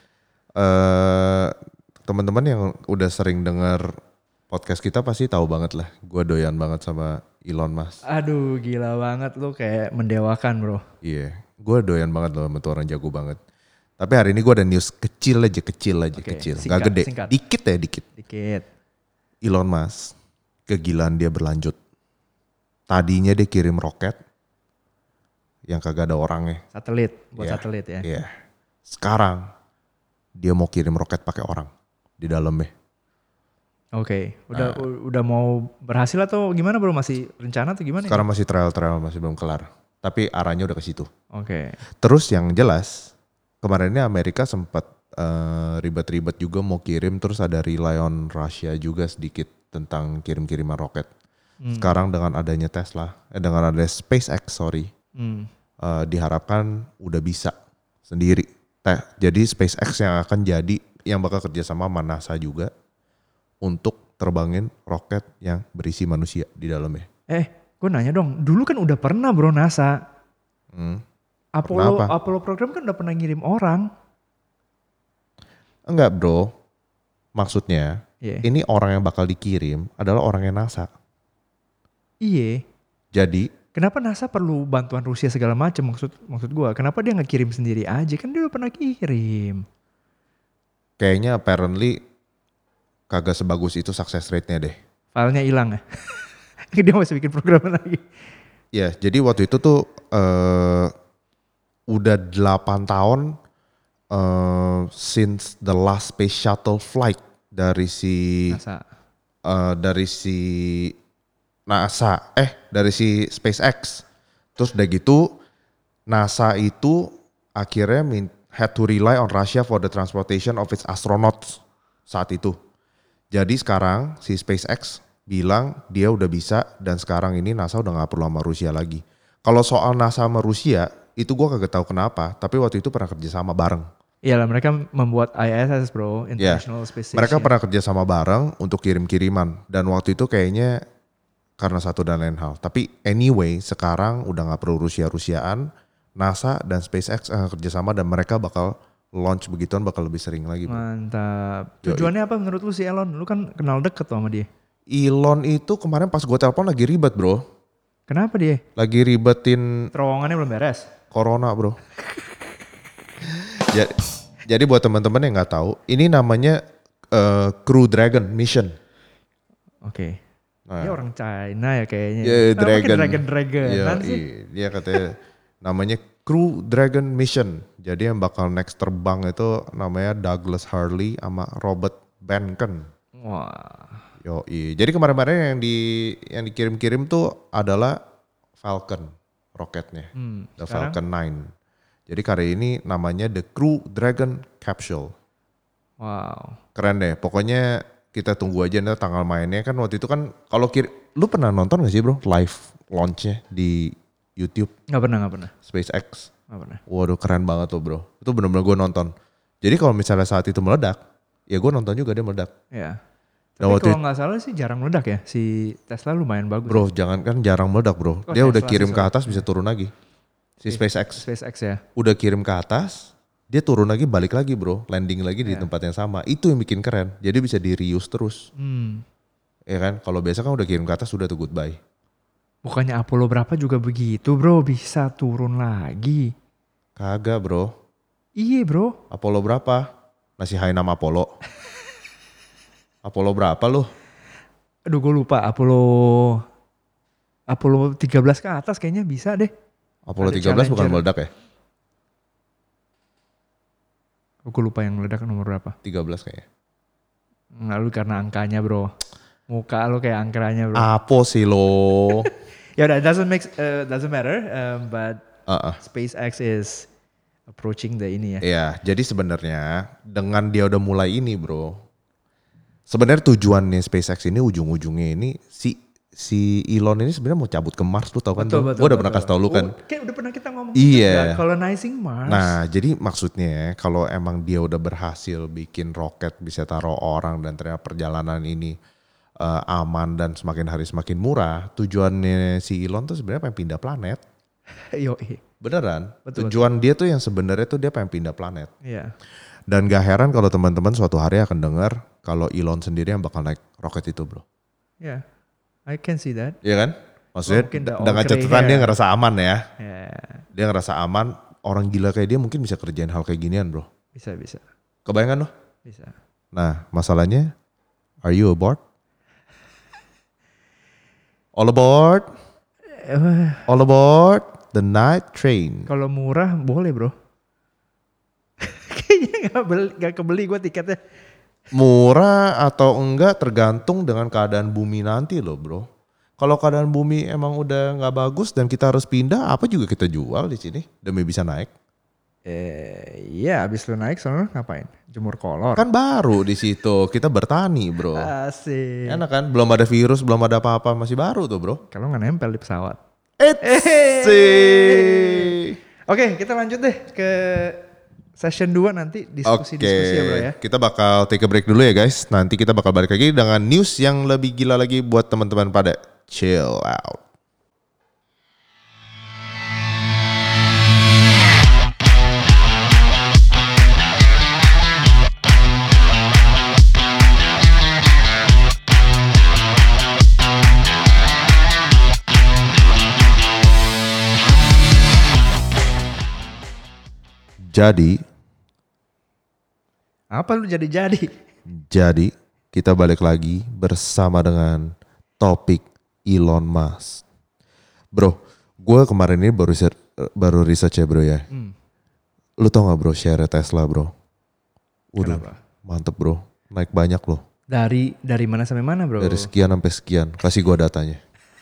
Teman-teman yang udah sering denger podcast kita pasti tahu banget lah. Gue doyan banget sama Elon Musk. Aduh gila banget lu, kayak mendewakan bro. Iya, gue doyan banget loh sama tuh orang, jago banget. Tapi hari ini gue ada news kecil aja. Singkat, gak gede. Singkat. Dikit. Elon Musk, kegilaan dia berlanjut. Tadinya dia kirim roket yang kagak ada orangnya. Satelit, satelit ya. Iya. Sekarang dia mau kirim roket pakai orang di dalamnya. Oke. Udah mau berhasil atau gimana bro? Masih rencana atau gimana? Sekarang masih trial, masih belum kelar. Tapi arahnya udah ke situ. Oke. Terus yang jelas kemarinnya Amerika sempat ribet-ribet juga mau kirim, terus ada rely on Russia juga sedikit tentang kirim-kiriman roket. Sekarang dengan adanya Tesla, dengan adanya SpaceX diharapkan udah bisa sendiri. Jadi SpaceX yang akan jadi yang bakal kerjasama sama NASA juga untuk terbangin roket yang berisi manusia di dalamnya. Gue nanya dong, dulu kan udah pernah bro NASA. Kenapa? Apollo program kan udah pernah ngirim orang. Enggak bro, maksudnya Iya. ini orang yang bakal dikirim adalah orang yang NASA. Iya. Jadi Kenapa NASA perlu bantuan Rusia segala macam maksud gue? Kenapa dia nggak kirim sendiri aja? Kan dia udah pernah kirim. kayaknya apparently kagak sebagus itu success rate-nya deh. Filenya hilang ya. Dia masih bikin program lagi. Ya, jadi waktu itu tuh udah 8 tahun since the last space shuttle flight dari si NASA. dari si SpaceX. Terus udah gitu NASA itu akhirnya had to rely on Russia for the transportation of its astronauts saat itu. Jadi sekarang si SpaceX bilang dia udah bisa dan sekarang ini NASA udah gak perlu sama Rusia lagi. Kalau soal NASA sama Rusia itu gue kagak tahu kenapa, tapi waktu itu pernah kerja sama bareng. Iyalah mereka membuat ISS bro, International Space Station. Mereka pernah kerja sama bareng untuk kirim-kiriman dan waktu itu kayaknya karena satu dan lain hal. Tapi anyway sekarang udah gak perlu Rusia-Rusiaan, NASA dan SpaceX kerja sama dan mereka bakal launch begituan bakal lebih sering lagi. Bro. Mantap. Tujuannya apa menurut lu si Elon? Lu kan kenal deket tuh sama dia. Elon itu kemarin pas gue telepon lagi ribet bro. Kenapa dia? Lagi ribetin terowongannya belum beres. Corona bro. Jadi buat teman-teman yang nggak tahu, ini namanya Crew Dragon Mission. Oke. Nah, dia orang China ya kayaknya. Dragon. Dia katanya namanya Crew Dragon Mission. Jadi yang bakal next terbang itu namanya Douglas Hurley sama Robert Behnken. Wah. Jadi kemarin-kemarin yang dikirim-kirim tuh adalah Falcon roketnya, the Falcon 9. Jadi kali ini namanya The Crew Dragon Capsule. Wow. Keren deh, pokoknya kita tunggu aja nih tanggal mainnya kan waktu itu kan kalau lu pernah nonton gak sih bro live launchnya di YouTube? Gak pernah. SpaceX. Gak pernah. Waduh keren banget tuh bro, itu bener-bener gue nonton. Jadi kalau misalnya saat itu meledak, ya gue nonton juga dia meledak. Iya. Tapi kalau nggak salah sih jarang meledak ya, si Tesla lumayan bagus. Bro jangan kan jarang meledak bro, dia Tesla udah kirim ke atas bisa turun lagi. Si SpaceX ya. Udah kirim ke atas, dia turun lagi balik lagi bro, landing lagi di tempat yang sama. Itu yang bikin keren, jadi bisa di reuse terus. Ya kan, kalau biasa kan udah kirim ke atas udah tuh goodbye. Bukannya Apollo berapa juga begitu bro, bisa turun lagi. Kagak bro. Iya bro. Apollo berapa? Masih high nama Apollo. Apollo berapa lu? Aduh gue lupa, Apollo 13 ke atas kayaknya bisa deh. Apollo 13 bukan meledak ya? Gue lupa yang meledak nomor berapa. 13 kayaknya. Nggak, lu karena angkanya bro. Muka lu kayak angkeranya bro. Apa sih lo? Ya udah, doesn't matter, but SpaceX is approaching the ini ya. Iya, jadi sebenarnya dengan dia udah mulai ini bro. Sebenarnya tujuannya SpaceX ini ujung-ujungnya ini si Elon ini sebenarnya mau cabut ke Mars, lu tau kan? Gue udah pernah kasih tau lu kan? Kayak udah pernah kita ngomong. Iya. Colonizing Mars. Nah jadi maksudnya kalau emang dia udah berhasil bikin roket bisa taruh orang dan ternyata perjalanan ini aman dan semakin hari semakin murah. Tujuannya si Elon tuh sebenarnya pengen pindah planet. Beneran. Tujuan dia tuh yang sebenarnya tuh dia pengen pindah planet. Iya. Dan gak heran kalau teman-teman suatu hari akan dengar kalau Elon sendiri yang bakal naik roket itu bro. Iya. I can see that. Iya kan? Maksudnya dengan catatan dia ngerasa aman ya. Yeah. Dia ngerasa aman, orang gila kayak dia mungkin bisa kerjain hal kayak ginian bro. Bisa. Kebayangan loh? Bisa. Nah masalahnya, are you aboard? All aboard? All aboard the night train. Kalau murah boleh bro. Kayaknya gak kebeli gue tiketnya. Murah atau enggak tergantung dengan keadaan bumi nanti loh bro. Kalau keadaan bumi emang udah nggak bagus dan kita harus pindah, apa juga kita jual di sini demi bisa naik. Iya, abis lu naik soalnya ngapain? Jemur kolor. Kan baru di situ kita bertani bro. Asik. Enak kan? Belum ada virus, belum ada apa-apa, masih baru tuh bro. Kalau nggak nempel di pesawat. Oke, kita lanjut deh ke session 2 nanti diskusi-diskusi ya bro ya. Kita bakal take a break dulu ya guys. Nanti kita bakal balik lagi dengan news yang lebih gila lagi buat teman-teman pada chill out. Jadi apa lu jadi? Jadi kita balik lagi bersama dengan topik Elon Musk. Bro, gue kemarin ini baru research ya bro ya. Lu tau gak bro share Tesla bro? Udah mantep bro, naik banyak loh. Dari mana sampai mana bro? Dari sekian sampai sekian, kasih gue datanya.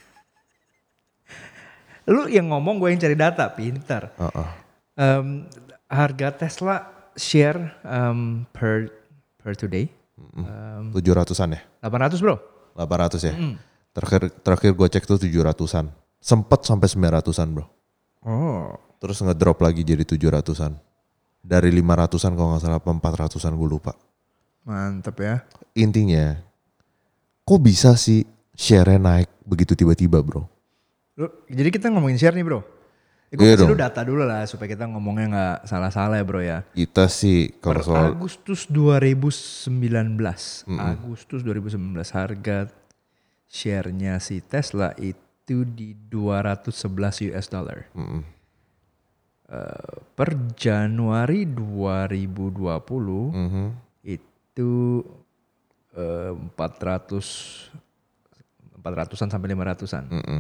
Lu yang ngomong gue yang cari data, pintar. Harga Tesla share per today 700-an ya? 800 bro. 800 ya? Terakhir gue cek tuh 700-an. Sempet sampai 900-an bro. Oh. Terus ngedrop lagi jadi 700-an. Dari 500-an kalau gak salah 400-an gue lupa. Mantep ya. Intinya, kok bisa sih share-nya naik begitu tiba-tiba bro? Jadi kita ngomongin share nih bro. Gue kasih dulu data dulu lah supaya kita ngomongnya gak salah-salah ya bro ya. Kita sih kalau soal Agustus 2019. Agustus 2019 harga share-nya si Tesla itu di 211 US dollar. Per Januari 2020 itu 400-an sampai 500-an.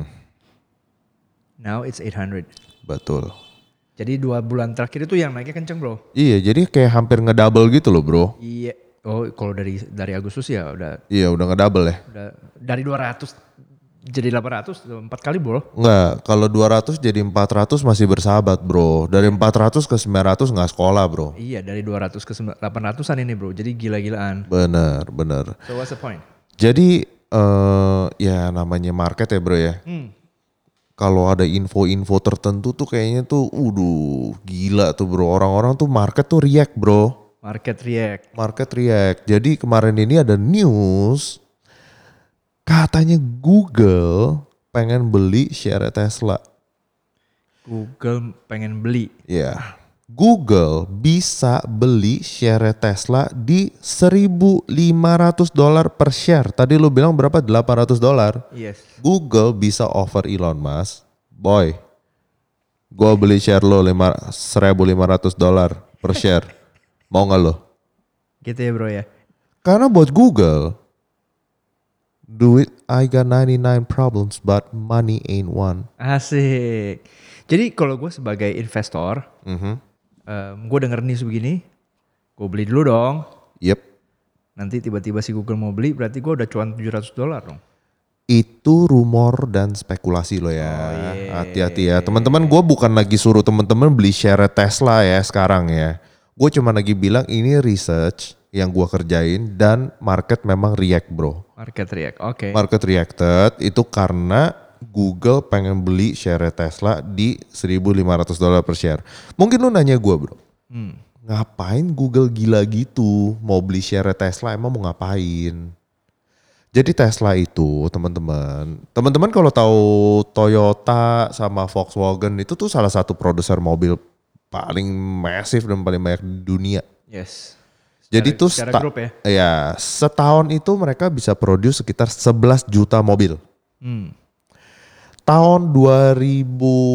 Now it's 800. Betul. Jadi 2 bulan terakhir itu yang naiknya kenceng bro. Iya, jadi kayak hampir ngedouble gitu loh bro. Iya. Oh, kalau dari Agustus ya udah. Iya, udah ngedouble ya. Udah dari 200 jadi 800, 4 kali bro. Enggak, kalau 200 jadi 400 masih bersahabat bro. Dari 400 ke 900 nggak sekolah bro. Iya, dari 200 ke 800-an ini bro. Jadi gila-gilaan. Bener. So what's the point? Jadi ya namanya market ya bro ya. Kalau ada info-info tertentu tuh kayaknya tuh gila tuh bro. Orang-orang tuh market tuh react bro. Market react. Jadi kemarin ini ada news katanya Google pengen beli share Tesla. Google pengen beli. Ya. Google bisa beli share Tesla di $1.500 per share. Tadi lu bilang berapa? $800. Yes. Google bisa offer Elon Musk, boy, gue beli share lo $1.500 per share. Mau gak lo? Gitu ya bro ya. Karena buat Google, I got 99 problems but money ain't one. Asik. Jadi kalau gue sebagai investor, gue denger news begini, gue beli dulu dong. Yep. Nanti tiba-tiba si Google mau beli, berarti gue udah cuan $700 dong. Itu rumor dan spekulasi lo ya. Hati-hati ya. Teman-teman, gue bukan lagi suruh teman-teman beli share Tesla ya sekarang ya. Gue cuma lagi bilang ini research yang gue kerjain dan market memang react bro. Market react, oke. Market reacted itu karena Google pengen beli share Tesla di $1.500 per share. Mungkin lu nanya gue bro, ngapain Google gila gitu mau beli share Tesla, emang mau ngapain? Jadi Tesla itu teman-teman kalau tahu Toyota sama Volkswagen itu tuh salah satu produser mobil paling masif dan paling banyak di dunia. Yes. Jadi tuh grup ya? Setahun itu mereka bisa produce sekitar 11 juta mobil. Tahun 2000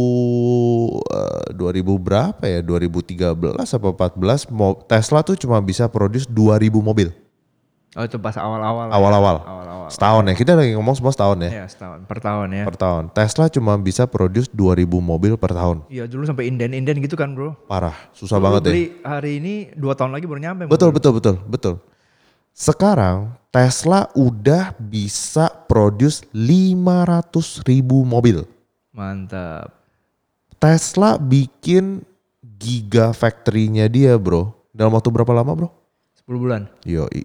berapa ya? 2013 atau 14 Tesla tuh cuma bisa produce 2.000 mobil. Oh itu pas awal-awal. Awal-awal. Setahun ya. Kita lagi ngomong semua setahun ya. Iya setahun. Per tahun ya. Per tahun. Tesla cuma bisa produce 2.000 mobil per tahun. Iya dulu sampai inden-inden gitu kan bro. Parah. Susah banget ya. Beli hari ini 2 tahun lagi baru nyampe. Betul. Sekarang Tesla udah bisa produce 500.000 mobil. Mantap. Tesla bikin gigafactory-nya dia bro. Dalam waktu berapa lama bro? 10 bulan. Yoi.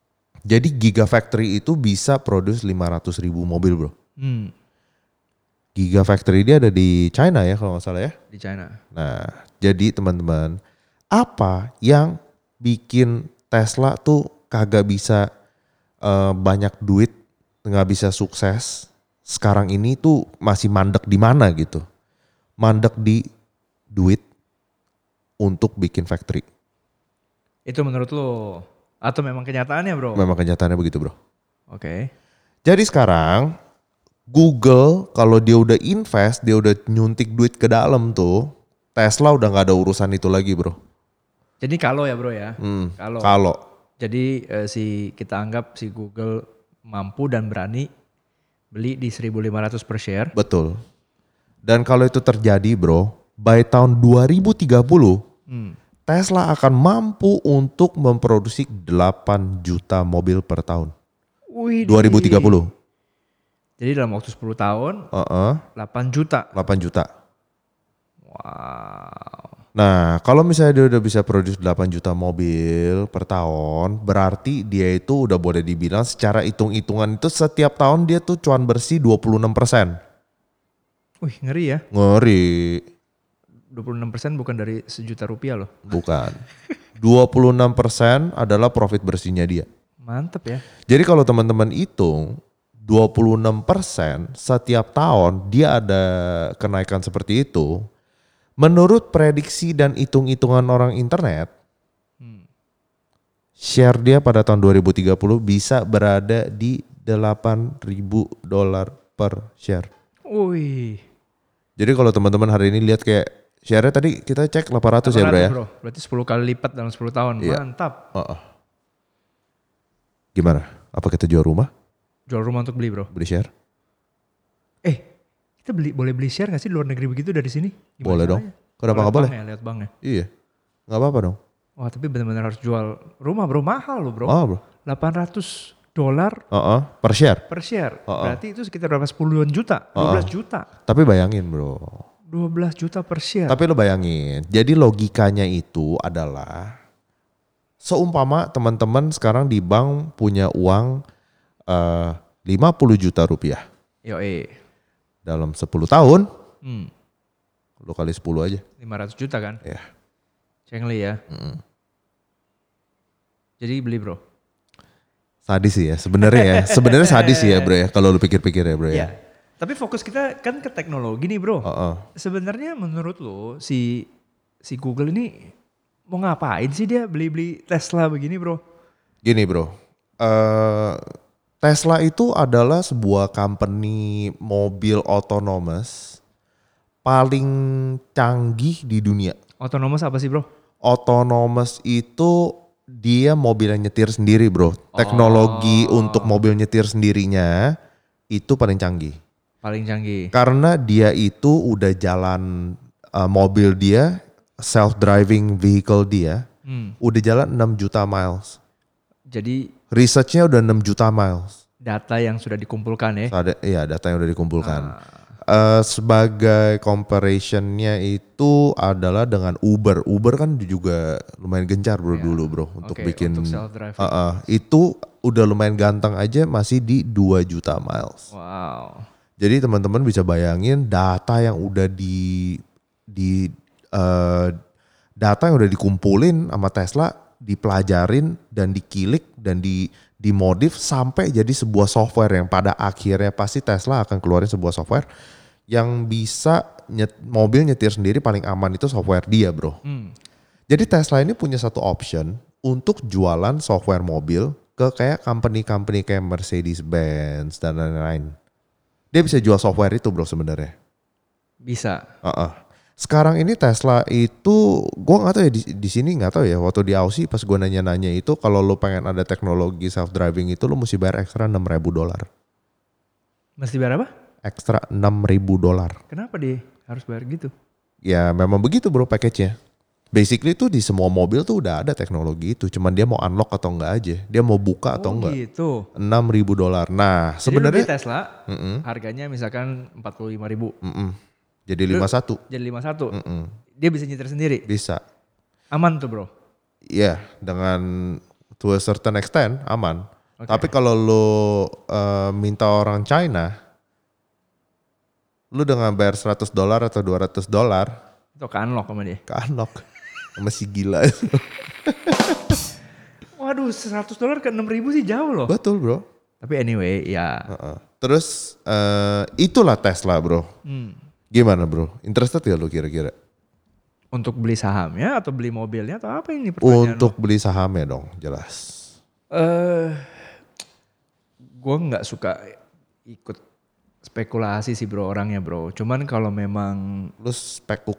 Jadi gigafactory itu bisa produce 500.000 mobil bro. Gigafactory dia ada di China ya kalau nggak salah ya. Di China. Nah, jadi teman-teman, apa yang bikin Tesla tuh kagak bisa banyak duit, nggak bisa sukses sekarang ini tuh masih mandek di mana gitu? Mandek di duit untuk bikin factory. Itu menurut lo? Atau memang kenyataannya bro? Memang kenyataannya begitu bro. Oke. Jadi sekarang Google kalau dia udah invest, dia udah nyuntik duit ke dalam tuh, Tesla udah nggak ada urusan itu lagi bro. Jadi kalau ya bro ya? Kalau Jadi kita anggap si Google mampu dan berani beli di 1.500 per share. betul. Dan kalau itu terjadi bro, by tahun 2030 Tesla akan mampu untuk memproduksi 8 juta mobil per tahun. Wih, 2030. Jadi dalam waktu 10 tahun 8 juta. 8 juta. Wow. Nah, kalau misalnya dia udah bisa produce 8 juta mobil per tahun, berarti dia itu udah boleh dibilang secara hitung-hitungan itu setiap tahun dia tuh cuan bersih 26%. Wih, ngeri ya. Ngeri. 26% bukan dari ₹1.000.000 loh. Bukan. 26% adalah profit bersihnya dia. Mantep ya. Jadi kalau teman-teman hitung 26% setiap tahun dia ada kenaikan seperti itu. Menurut prediksi dan hitung-hitungan orang internet, share dia pada tahun 2030 bisa berada di $8.000 per share. Wih. Jadi kalau teman-teman hari ini lihat kayak share-nya tadi kita cek 800 ya bro ya. Bro. Berarti 10 kali lipat dalam 10 tahun. Iya. Mantap. Gimana? Apa kita jual rumah? Jual rumah untuk beli bro. Beli share? Kita boleh beli share gak sih di luar negeri begitu dari sini? Gimana Boleh caranya? dong. Kenapa nggak boleh? Lihat banknya. Iya. Nggak apa-apa dong. Wah tapi benar-benar harus jual rumah bro. Mahal loh bro. Oh bro. $800 Per share. per share. Berarti itu sekitar berapa? 10 juta? 12 juta. Tapi bayangin bro. 12 juta per share. Tapi lo bayangin. Jadi logikanya itu adalah seumpama teman-teman sekarang di bank punya uang 50 juta rupiah. Yoi. Dalam 10 tahun. Lo kali 10 aja. 500 juta kan? Iya. Cengli ya. Jadi beli bro. Sadis sih ya sebenarnya ya. Sebenarnya sadis sih ya bro ya. Kalau lo pikir-pikir ya bro ya. Iya. Tapi fokus kita kan ke teknologi nih bro. Sebenarnya menurut lo si Google ini mau ngapain sih dia beli-beli Tesla begini bro? Gini bro. Tesla itu adalah sebuah company mobil otonomous paling canggih di dunia. Autonomous apa sih bro? Autonomous itu dia mobil yang nyetir sendiri bro. Teknologi untuk mobil nyetir sendirinya itu paling canggih. Paling canggih. Karena dia itu udah jalan mobil dia, self-driving vehicle dia, udah jalan 6 juta miles. Jadi researchnya udah 6 juta miles. Data yang sudah dikumpulkan ya? Iya data yang udah dikumpulkan. Sebagai comparationnya itu adalah dengan Uber. Uber kan juga lumayan gencar bro dulu bro untuk bikin. Untuk self-driving. Itu udah lumayan ganteng aja masih di 2 juta miles. Wow. Jadi teman-teman bisa bayangin data yang udah data yang udah dikumpulin sama Tesla, dipelajarin dan dikilik dan dimodif sampai jadi sebuah software yang pada akhirnya pasti Tesla akan keluarin sebuah software yang bisa mobil nyetir sendiri paling aman itu software dia bro. Jadi Tesla ini punya satu option untuk jualan software mobil ke kayak company-company kayak Mercedes-Benz dan lain-lain. Dia bisa jual software itu bro sebenarnya. Bisa. Sekarang ini Tesla itu, gue nggak tahu ya di sini nggak tahu ya. Waktu di Aussie pas gue nanya-nanya itu, kalau lo pengen ada teknologi self driving itu, lo mesti bayar ekstra $6.000. Mesti bayar apa? Ekstra $6.000. Kenapa dia harus bayar gitu? Ya memang begitu bro package-nya. Basically tuh di semua mobil tuh udah ada teknologi itu, cuman dia mau unlock atau enggak aja, dia mau buka atau enggak. Gitu. $6.000. Nah sebenarnya Tesla harganya misalkan 45.000. Jadi 51. Jadi 51. Dia bisa nyetir sendiri? Bisa. Aman tuh bro? Iya, dengan to a certain extent aman. Tapi kalau lo minta orang China, Lu dengan bayar $100 atau $200 Itu ke unlock sama dia. ke unlock. Sama si gila. Waduh, $100 ke 6.000 sih jauh loh. Betul bro. Tapi anyway, ya. Terus itulah Tesla bro. Gimana bro? Interested gak lu kira-kira? Untuk beli sahamnya atau beli mobilnya atau apa ini pertanyaan? Untuk beli sahamnya dong, jelas. Gue nggak suka ikut spekulasi sih bro orangnya bro. Cuman kalau memang Lu spekuk.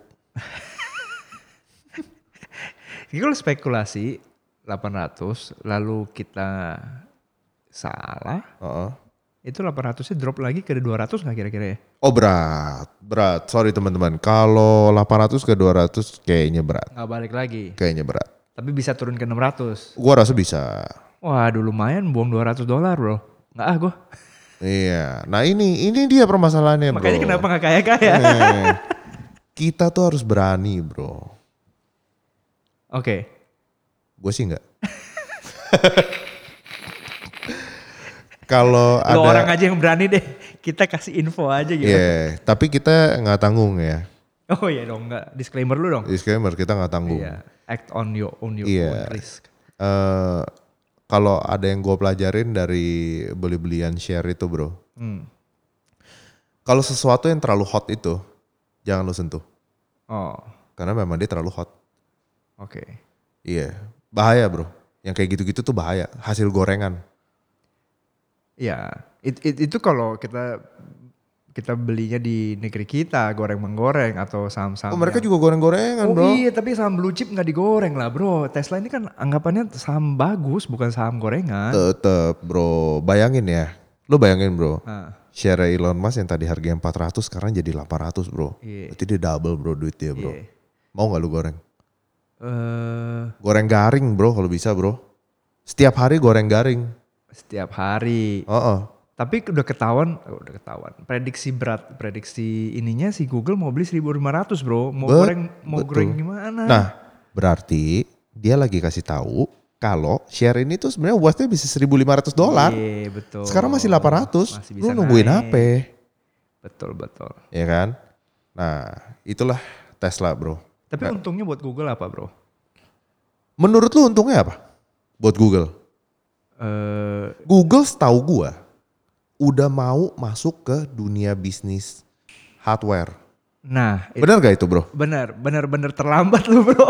kalau spekulasi 800 lalu kita salah, itu 800-nya drop lagi ke 200 nggak kira-kira ya? Oh berat. Sorry teman-teman. Kalau 800 ke 200 kayaknya berat. Nggak balik lagi. Kayaknya berat. Tapi bisa turun ke 600. Gua rasa bisa. Waduh lumayan buang $200 bro. Nggak gue. Iya. Nah ini dia permasalahannya bro. Makanya kenapa nggak kaya-kaya? Kita tuh harus berani bro. Oke. Gue sih enggak. Kalau ada. Lo orang aja yang berani deh. Kita kasih info aja gitu. Iya. Tapi kita nggak tanggung ya. Oh iya dong nggak. Disclaimer lu dong. Disclaimer kita nggak tanggung. Iya. Act on your own risk. Kalau ada yang gue pelajarin dari beli-belian share itu bro. Kalau sesuatu yang terlalu hot itu jangan lu sentuh. Oh. Karena memang dia terlalu hot. Oke. Iya. Bahaya bro. Yang kayak gitu-gitu tuh bahaya. Hasil gorengan. Ya, itu kalau kita belinya di negeri kita, goreng-menggoreng atau saham-saham. Oh mereka juga goreng-gorengan bro. Oh iya, tapi saham blue chip nggak digoreng lah bro. Tesla ini kan anggapannya saham bagus, bukan saham gorengan. Tetep bro, bayangin ya. Lu bayangin bro, share Elon Musk yang tadi harganya 400 sekarang jadi 800 bro. Iya. Berarti dia double bro duit dia bro. Iya. Mau gak lu goreng? Goreng garing bro kalau bisa bro. Setiap hari goreng garing. Setiap hari. Tapi udah ketahuan. Prediksi ininya si Google mau beli 1.500 bro. Mau goreng gimana? Nah, berarti dia lagi kasih tahu kalau share ini tuh sebenarnya worth-nya bisa $1.500. Iya, betul. Sekarang masih 800. Masih bisa lu nungguin naik. apa? Betul. Ya kan? Nah, itulah Tesla, bro. Tapi untungnya buat Google apa, bro? Menurut lu untungnya apa? Buat Google? Google setahu gua udah mau masuk ke dunia bisnis hardware. Nah, benar gak itu, bro? Benar terlambat lu, bro.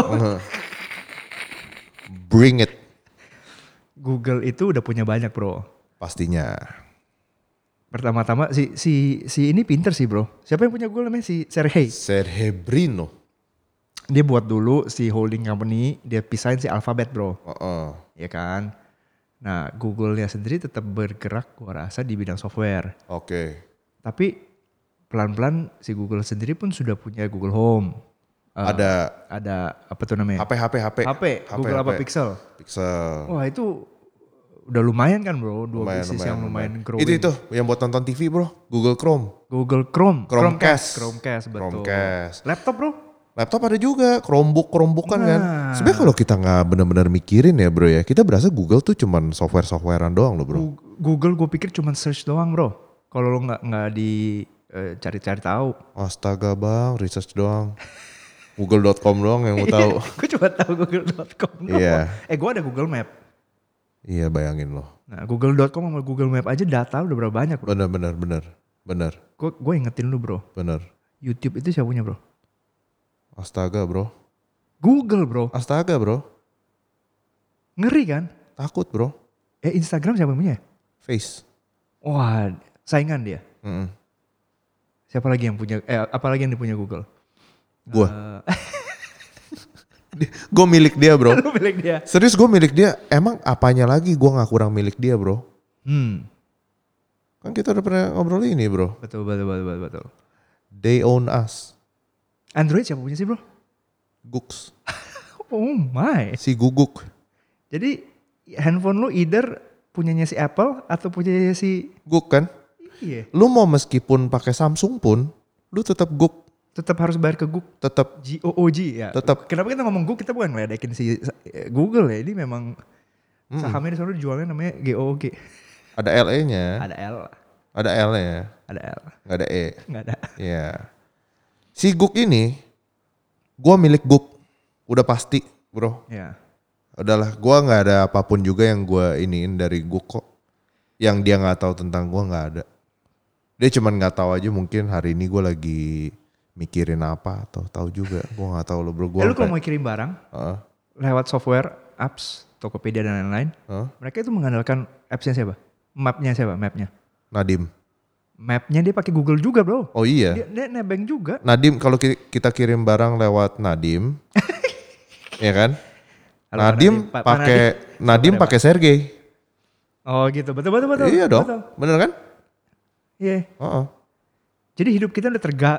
Bring it. Google itu udah punya banyak, bro. Pastinya. Pertama-tama si ini pinter sih, bro. Siapa yang punya Google namanya? Si Sergey Brin. Dia buat dulu si holding company, dia pisahin si Alphabet, bro. Ya kan? Nah, Google-nya sendiri tetap bergerak gua rasa di bidang software. Oke. Tapi pelan-pelan si Google sendiri pun sudah punya Google Home. Ada apa tuh namanya? HP. Google apa Pixel. Wah, itu udah lumayan kan, bro? Dua bisnis yang lumayan growing. Itu yang buat nonton TV, bro. Google Chrome. Chromecast, betul. Chromecast. Laptop, bro? Laptop ada juga, Chromebook-Chromebookan kan. Sebenarnya kalau kita nggak benar-benar mikirin ya bro ya, kita berasa Google tuh cuman software-softwarean doang loh bro. Google gue pikir cuman search doang bro. Kalau lo nggak di cari-cari tahu. Astaga bang, research doang. Google.com doang yang mau tahu. Gue cuma tahu Google.com doang. Iya. Gue ada Google Map. Iya bayangin loh. Nah Google.com sama Google Map aja data udah berapa banyak bro. Bener. Gue ingetin lu bro. Bener. YouTube itu siapa punya bro? Astaga bro. Google bro. Astaga bro. Ngeri kan? Takut bro. Instagram siapa punya? Face. Wah saingan dia. Siapa lagi yang punya, apalagi yang dipunya Google? Gue. Gue milik dia bro. Lu milik dia? Serius gue milik dia. Emang apanya lagi gue gak kurang milik dia bro? Kan kita udah pernah ngobrol ini bro. Betul. They own us. Android siapa punya sih bro? Gooks. Oh my. Si Guguk. Jadi handphone lu either punyanya si Apple atau punyanya si Gook kan? Iya. Lu mau meskipun pakai Samsung pun, lu tetap Gook. Tetap harus bayar ke Gook. Tetap. GOOG ya. Tetap. Kenapa kita ngomong Gook, kita bukan ngeledekin si Google ya. Ini memang sahamnya di sana jualnya namanya GOOG. Ada LE-nya. Ada L. Ada L-nya. Ada L. Nggak ada E. Nggak ada. Iya. Si Guk ini, gue milik Guk. Udah pasti bro. Ya. Udahlah, gue nggak ada apapun juga yang gue iniin dari Guk kok. Yang dia nggak tahu tentang gue nggak ada. Dia cuman nggak tahu aja mungkin hari ini gue lagi mikirin apa atau tahu juga. Gue nggak tahu lo bro. Lu kalau mau kirim barang lewat software, apps, Tokopedia dan lain-lain, mereka itu mengandalkan appsnya siapa? Mapnya siapa? Mapnya. Nadim. Mapnya dia pakai Google juga bro. Oh iya. Dia nebeng juga. Nadim kalau kita kirim barang lewat Nadim, ya kan? Halo, Nadim pakai Sergey. Oh gitu, betul. Iya dong, betul. bener kan? Iya. Jadi hidup kita udah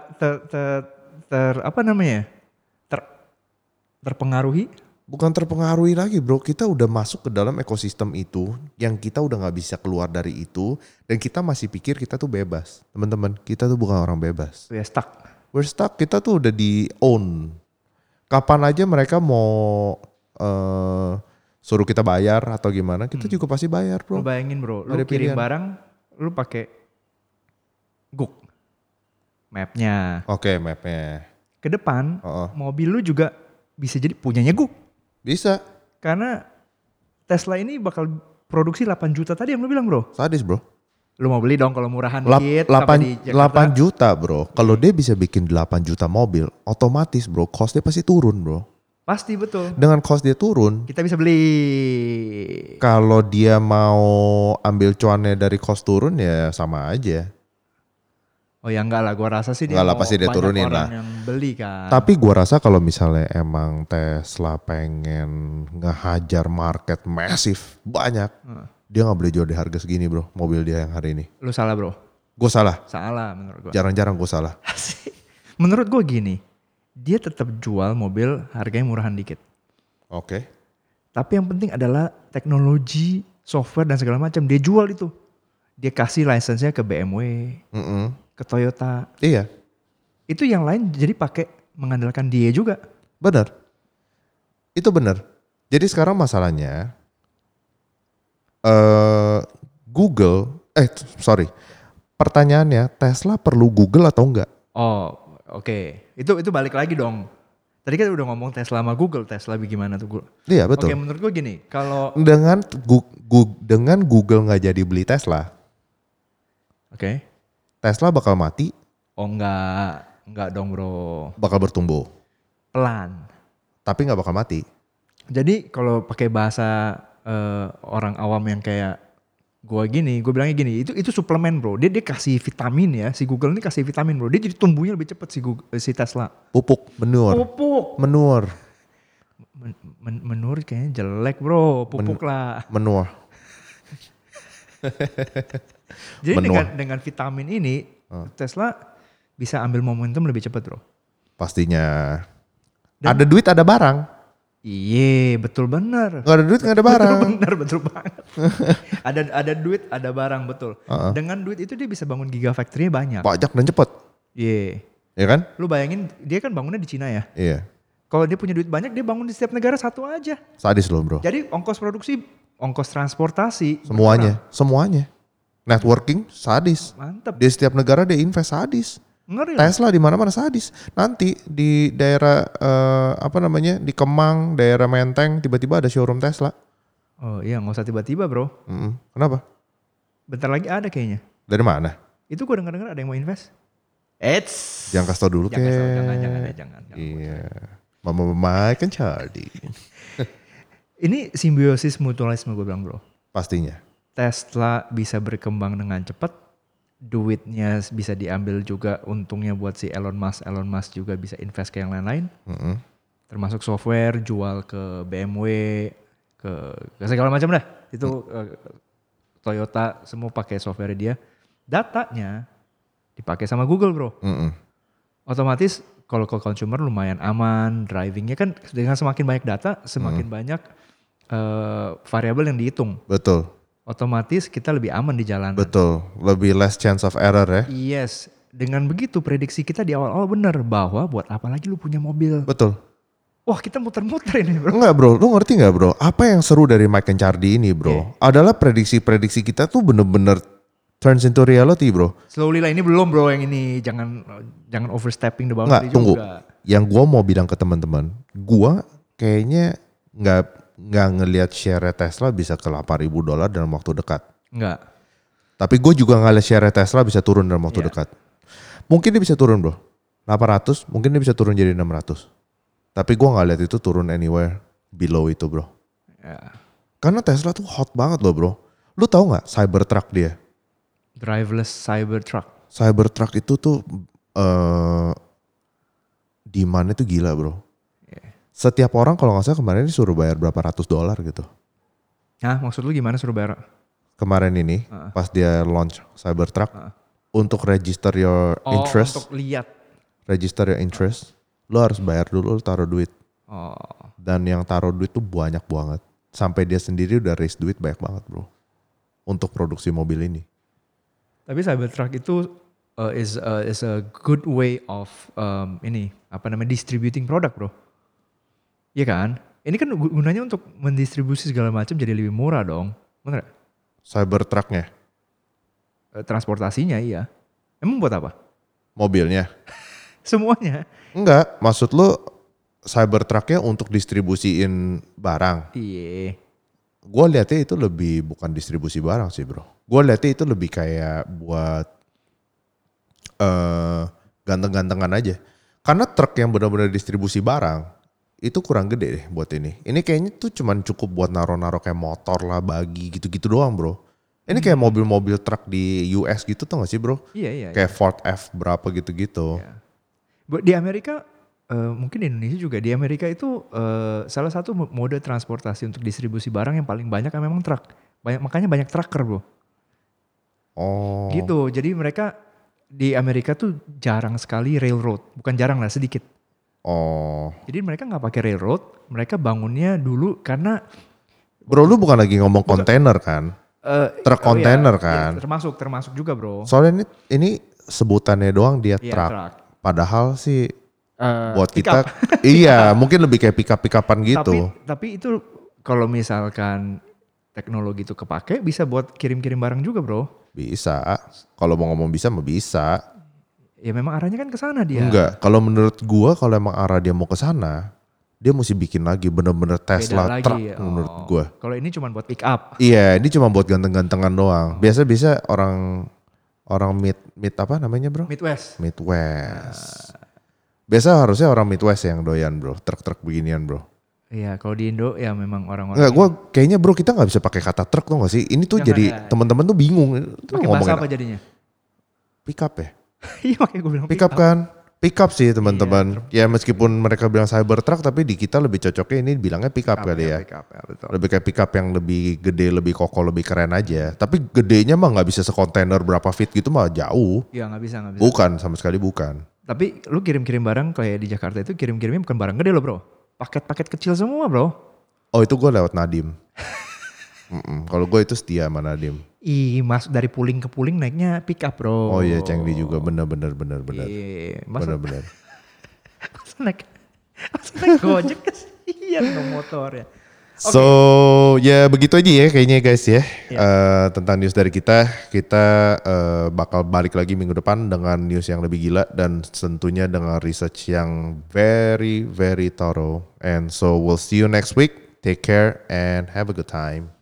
terpengaruhi. Bukan terpengaruhi lagi bro, kita udah masuk ke dalam ekosistem itu yang kita udah gak bisa keluar dari itu dan kita masih pikir kita tuh bebas. Teman-teman, kita tuh bukan orang bebas. Ya stuck. We're stuck, kita tuh udah di own. Kapan aja mereka mau suruh kita bayar atau gimana, kita juga pasti bayar bro. Lu bayangin bro, lu kirim barang, lu pakai Guk. Mapnya. Oke, mapnya. Ke depan, mobil lu juga bisa jadi punyanya Guk. Bisa. Karena Tesla ini bakal produksi 8 juta tadi yang lu bilang bro. Sadis bro. Lu mau beli dong kalau murahan dikit. 8 juta bro. Kalau dia bisa bikin 8 juta mobil, otomatis bro cost dia pasti turun bro. Pasti betul. Dengan cost dia turun. Kita bisa beli. Kalau dia mau ambil cuannya dari cost turun ya sama aja. Oh ya enggak lah, gua rasa sih dia enggak lah, pasti dia turunin lah. yang beli kan. Tapi gua rasa kalau misalnya emang Tesla pengen ngehajar market masif banyak, dia nggak boleh jual di harga segini bro, mobil dia yang hari ini. Lu salah bro. Gue salah. Salah menurut gua. Jarang-jarang gue salah. Menurut gua gini, dia tetap jual mobil harganya murahan dikit. Oke. Tapi yang penting adalah teknologi, software dan segala macam dia jual itu. Dia kasih license-nya ke BMW. Ke Toyota. Iya. Itu yang lain jadi pakai mengandalkan dia juga. Benar. Itu benar. Jadi sekarang masalahnya pertanyaannya Tesla perlu Google atau enggak? Oh, oke. Itu balik lagi dong. Tadi kan udah ngomong Tesla sama Google, Tesla gimana tuh Google? Iya betul. Oke, menurut gue gini, kalau dengan Google nggak jadi beli Tesla. Oke. Tesla bakal mati? Oh enggak dong bro. Bakal bertumbuh? Pelan. Tapi gak bakal mati? Jadi kalau pakai bahasa orang awam yang kayak gue bilangnya gini, itu suplemen bro. Dia kasih vitamin ya, si Google ini kasih vitamin bro. Dia jadi tumbuhnya lebih cepat si Tesla. Pupuk, menur. Menur kayaknya jelek bro, pupuk lah. Menur. Jadi dengan vitamin ini Tesla bisa ambil momentum lebih cepat bro. Pastinya. Ada duit ada barang. Iya betul benar. Gak ada duit gak ada barang. Betul banget. ada duit ada barang betul. Dengan duit itu dia bisa bangun gigafactory banyak. Banyak dan cepet. Iya. Iya kan? Lu bayangin dia kan bangunnya di Cina ya. Iya. Kalau dia punya duit banyak dia bangun di setiap negara satu aja. Sadis loh bro. Jadi ongkos produksi, ongkos transportasi. Semuanya. Networking sadis. Mantap. Di setiap negara dia invest sadis. Ngeri. Tesla di mana-mana sadis. Nanti di daerah di Kemang, daerah Menteng tiba-tiba ada showroom Tesla. Oh iya, nggak usah tiba-tiba bro. Kenapa? Bentar lagi ada kayaknya. Dari mana? Itu gue dengar ada yang mau invest. Jangan kasih tau dulu Jangan. Iya. Mama kan Charlie. Ini simbiosis mutualisme gue bilang bro. Pastinya. Tesla bisa berkembang dengan cepat, duitnya bisa diambil juga untungnya buat si Elon Musk juga bisa invest ke yang lain-lain. Termasuk software, jual ke BMW, ke segala macam dah. Itu Toyota semua pakai software dia. Datanya dipakai sama Google bro. Otomatis kalau ke consumer lumayan aman, drivingnya kan dengan semakin banyak data, semakin banyak variabel yang dihitung. Betul. Otomatis kita lebih aman di jalanan. Betul, lebih less chance of error ya. Yes, dengan begitu prediksi kita di awal-awal benar bahwa buat apa lagi lu punya mobil. Betul. Wah kita muter-muter ini bro. Enggak bro, lu ngerti gak bro? Apa yang seru dari Mike and Charlie ini bro? Adalah prediksi-prediksi kita tuh bener-bener turns into reality bro. Slowly lah, ini belum bro yang ini, jangan overstepping the boundary Nggak, tunggu. juga. Yang gue mau bilang ke teman-teman, gue kayaknya nggak ngelihat share Tesla bisa ke $8.000 dalam waktu dekat. Enggak. Tapi gue juga nggak lihat share Tesla bisa turun dalam waktu Iya. dekat. Mungkin dia bisa turun bro, 800, mungkin dia bisa turun jadi 600. Tapi gue nggak lihat itu turun anywhere below itu bro. Ya. Karena Tesla tuh hot banget loh bro. Lu tahu nggak Cybertruck dia? Driverless Cybertruck. Cybertruck itu tuh demand-nya tuh gila bro. Setiap orang kalau nggak salah kemarin disuruh bayar berapa ratus dolar gitu. Hah, maksud lu gimana suruh bayar? Kemarin ini pas dia launch Cybertruck untuk register your interest, Untuk lihat. register your interest, lu harus bayar dulu, lu taruh duit. Oh. Dan yang taruh duit tuh banyak banget. Sampai dia sendiri udah raise duit banyak banget bro. Untuk produksi mobil ini. Tapi Cybertruck itu is a good way of distributing produk bro. Iya kan? Ini kan gunanya untuk mendistribusi segala macam jadi lebih murah dong. Bener gak? Cybertrucknya, Transportasinya iya. Emang buat apa? mobilnya. Semuanya. Enggak, maksud lu Cybertrucknya untuk distribusiin barang. Iya. Gue liatnya itu lebih bukan distribusi barang sih bro. Gue liatnya itu lebih kayak buat ganteng-gantengan aja. Karena truk yang benar-benar distribusi barang itu kurang gede deh buat ini. Ini kayaknya tuh cuman cukup buat naro-naro kayak motor lah, bagi gitu-gitu doang bro. Ini kayak mobil-mobil truk di US gitu tuh gak sih bro? Iya. Kayak Ford F berapa gitu-gitu. Iya. Di Amerika, mungkin di Indonesia juga. Di Amerika itu salah satu mode transportasi untuk distribusi barang yang paling banyak memang truk. Makanya banyak trucker bro. Oh. Gitu, jadi mereka di Amerika tuh jarang sekali railroad. Bukan jarang lah, sedikit. Oh. Jadi mereka gak pakai railroad, mereka bangunnya dulu karena Bro lu bukan lagi ngomong kontainer kan? Truk kontainer kan? Iya, termasuk juga bro. Soalnya ini sebutannya doang dia Iya, truk. truk. Padahal sih buat pick kita up. iya mungkin lebih kayak pick-up-pick-upan gitu. Tapi itu kalau misalkan teknologi itu kepake bisa buat kirim-kirim barang juga bro. Bisa. Kalau mau ngomong bisa mah bisa. Ya memang arahnya kan ke sana dia. Enggak. Kalau menurut gua kalau emang arah dia mau ke sana, dia mesti bikin lagi bener-bener Tesla Beda truck lagi. menurut gua. Kalau ini cuma buat pick up. Iya, ini cuma buat ganteng-gantengan doang. Biasa orang mid apa namanya bro? Midwest. Midwest. Biasa harusnya orang Midwest yang doyan bro, truk-truk beginian bro. Iya, kalau di Indo ya memang orang-orang. Enggak, gue kayaknya bro kita nggak bisa pakai kata truk tuh nggak sih? Ini tuh jadi teman-teman tuh bingung. Pakai bahasa apa jadinya? Pick up ya? Iya makanya gue bilang Pick up kan? Pick up sih teman-teman. Ya meskipun mereka bilang Cybertruck tapi di kita lebih cocoknya ini bilangnya pick up kali ya. Pick up ya, betul. Lebih kayak pick up yang lebih gede, lebih kokoh, lebih keren aja. Tapi gedenya mah nggak bisa sekontainer berapa feet gitu mah jauh. Iya nggak bisa. Bukan, sama sekali bukan. Tapi lu kirim-kirim barang kayak di Jakarta itu kirim-kirimnya bukan barang gede loh bro. Paket-paket kecil semua bro. Oh itu gue lewat Nadim. Kalau gue itu setia sama Nadim. Masuk dari puling ke puling naiknya pick up bro. Oh iya Cengdi juga bener. Iya, masa Bener. naik Gojek kasihan dong motor ya. So ya begitu aja ya kayaknya guys ya. Tentang news dari kita bakal balik lagi minggu depan dengan news yang lebih gila dan tentunya dengan research yang very thorough. And so we'll see you next week. Take care and have a good time.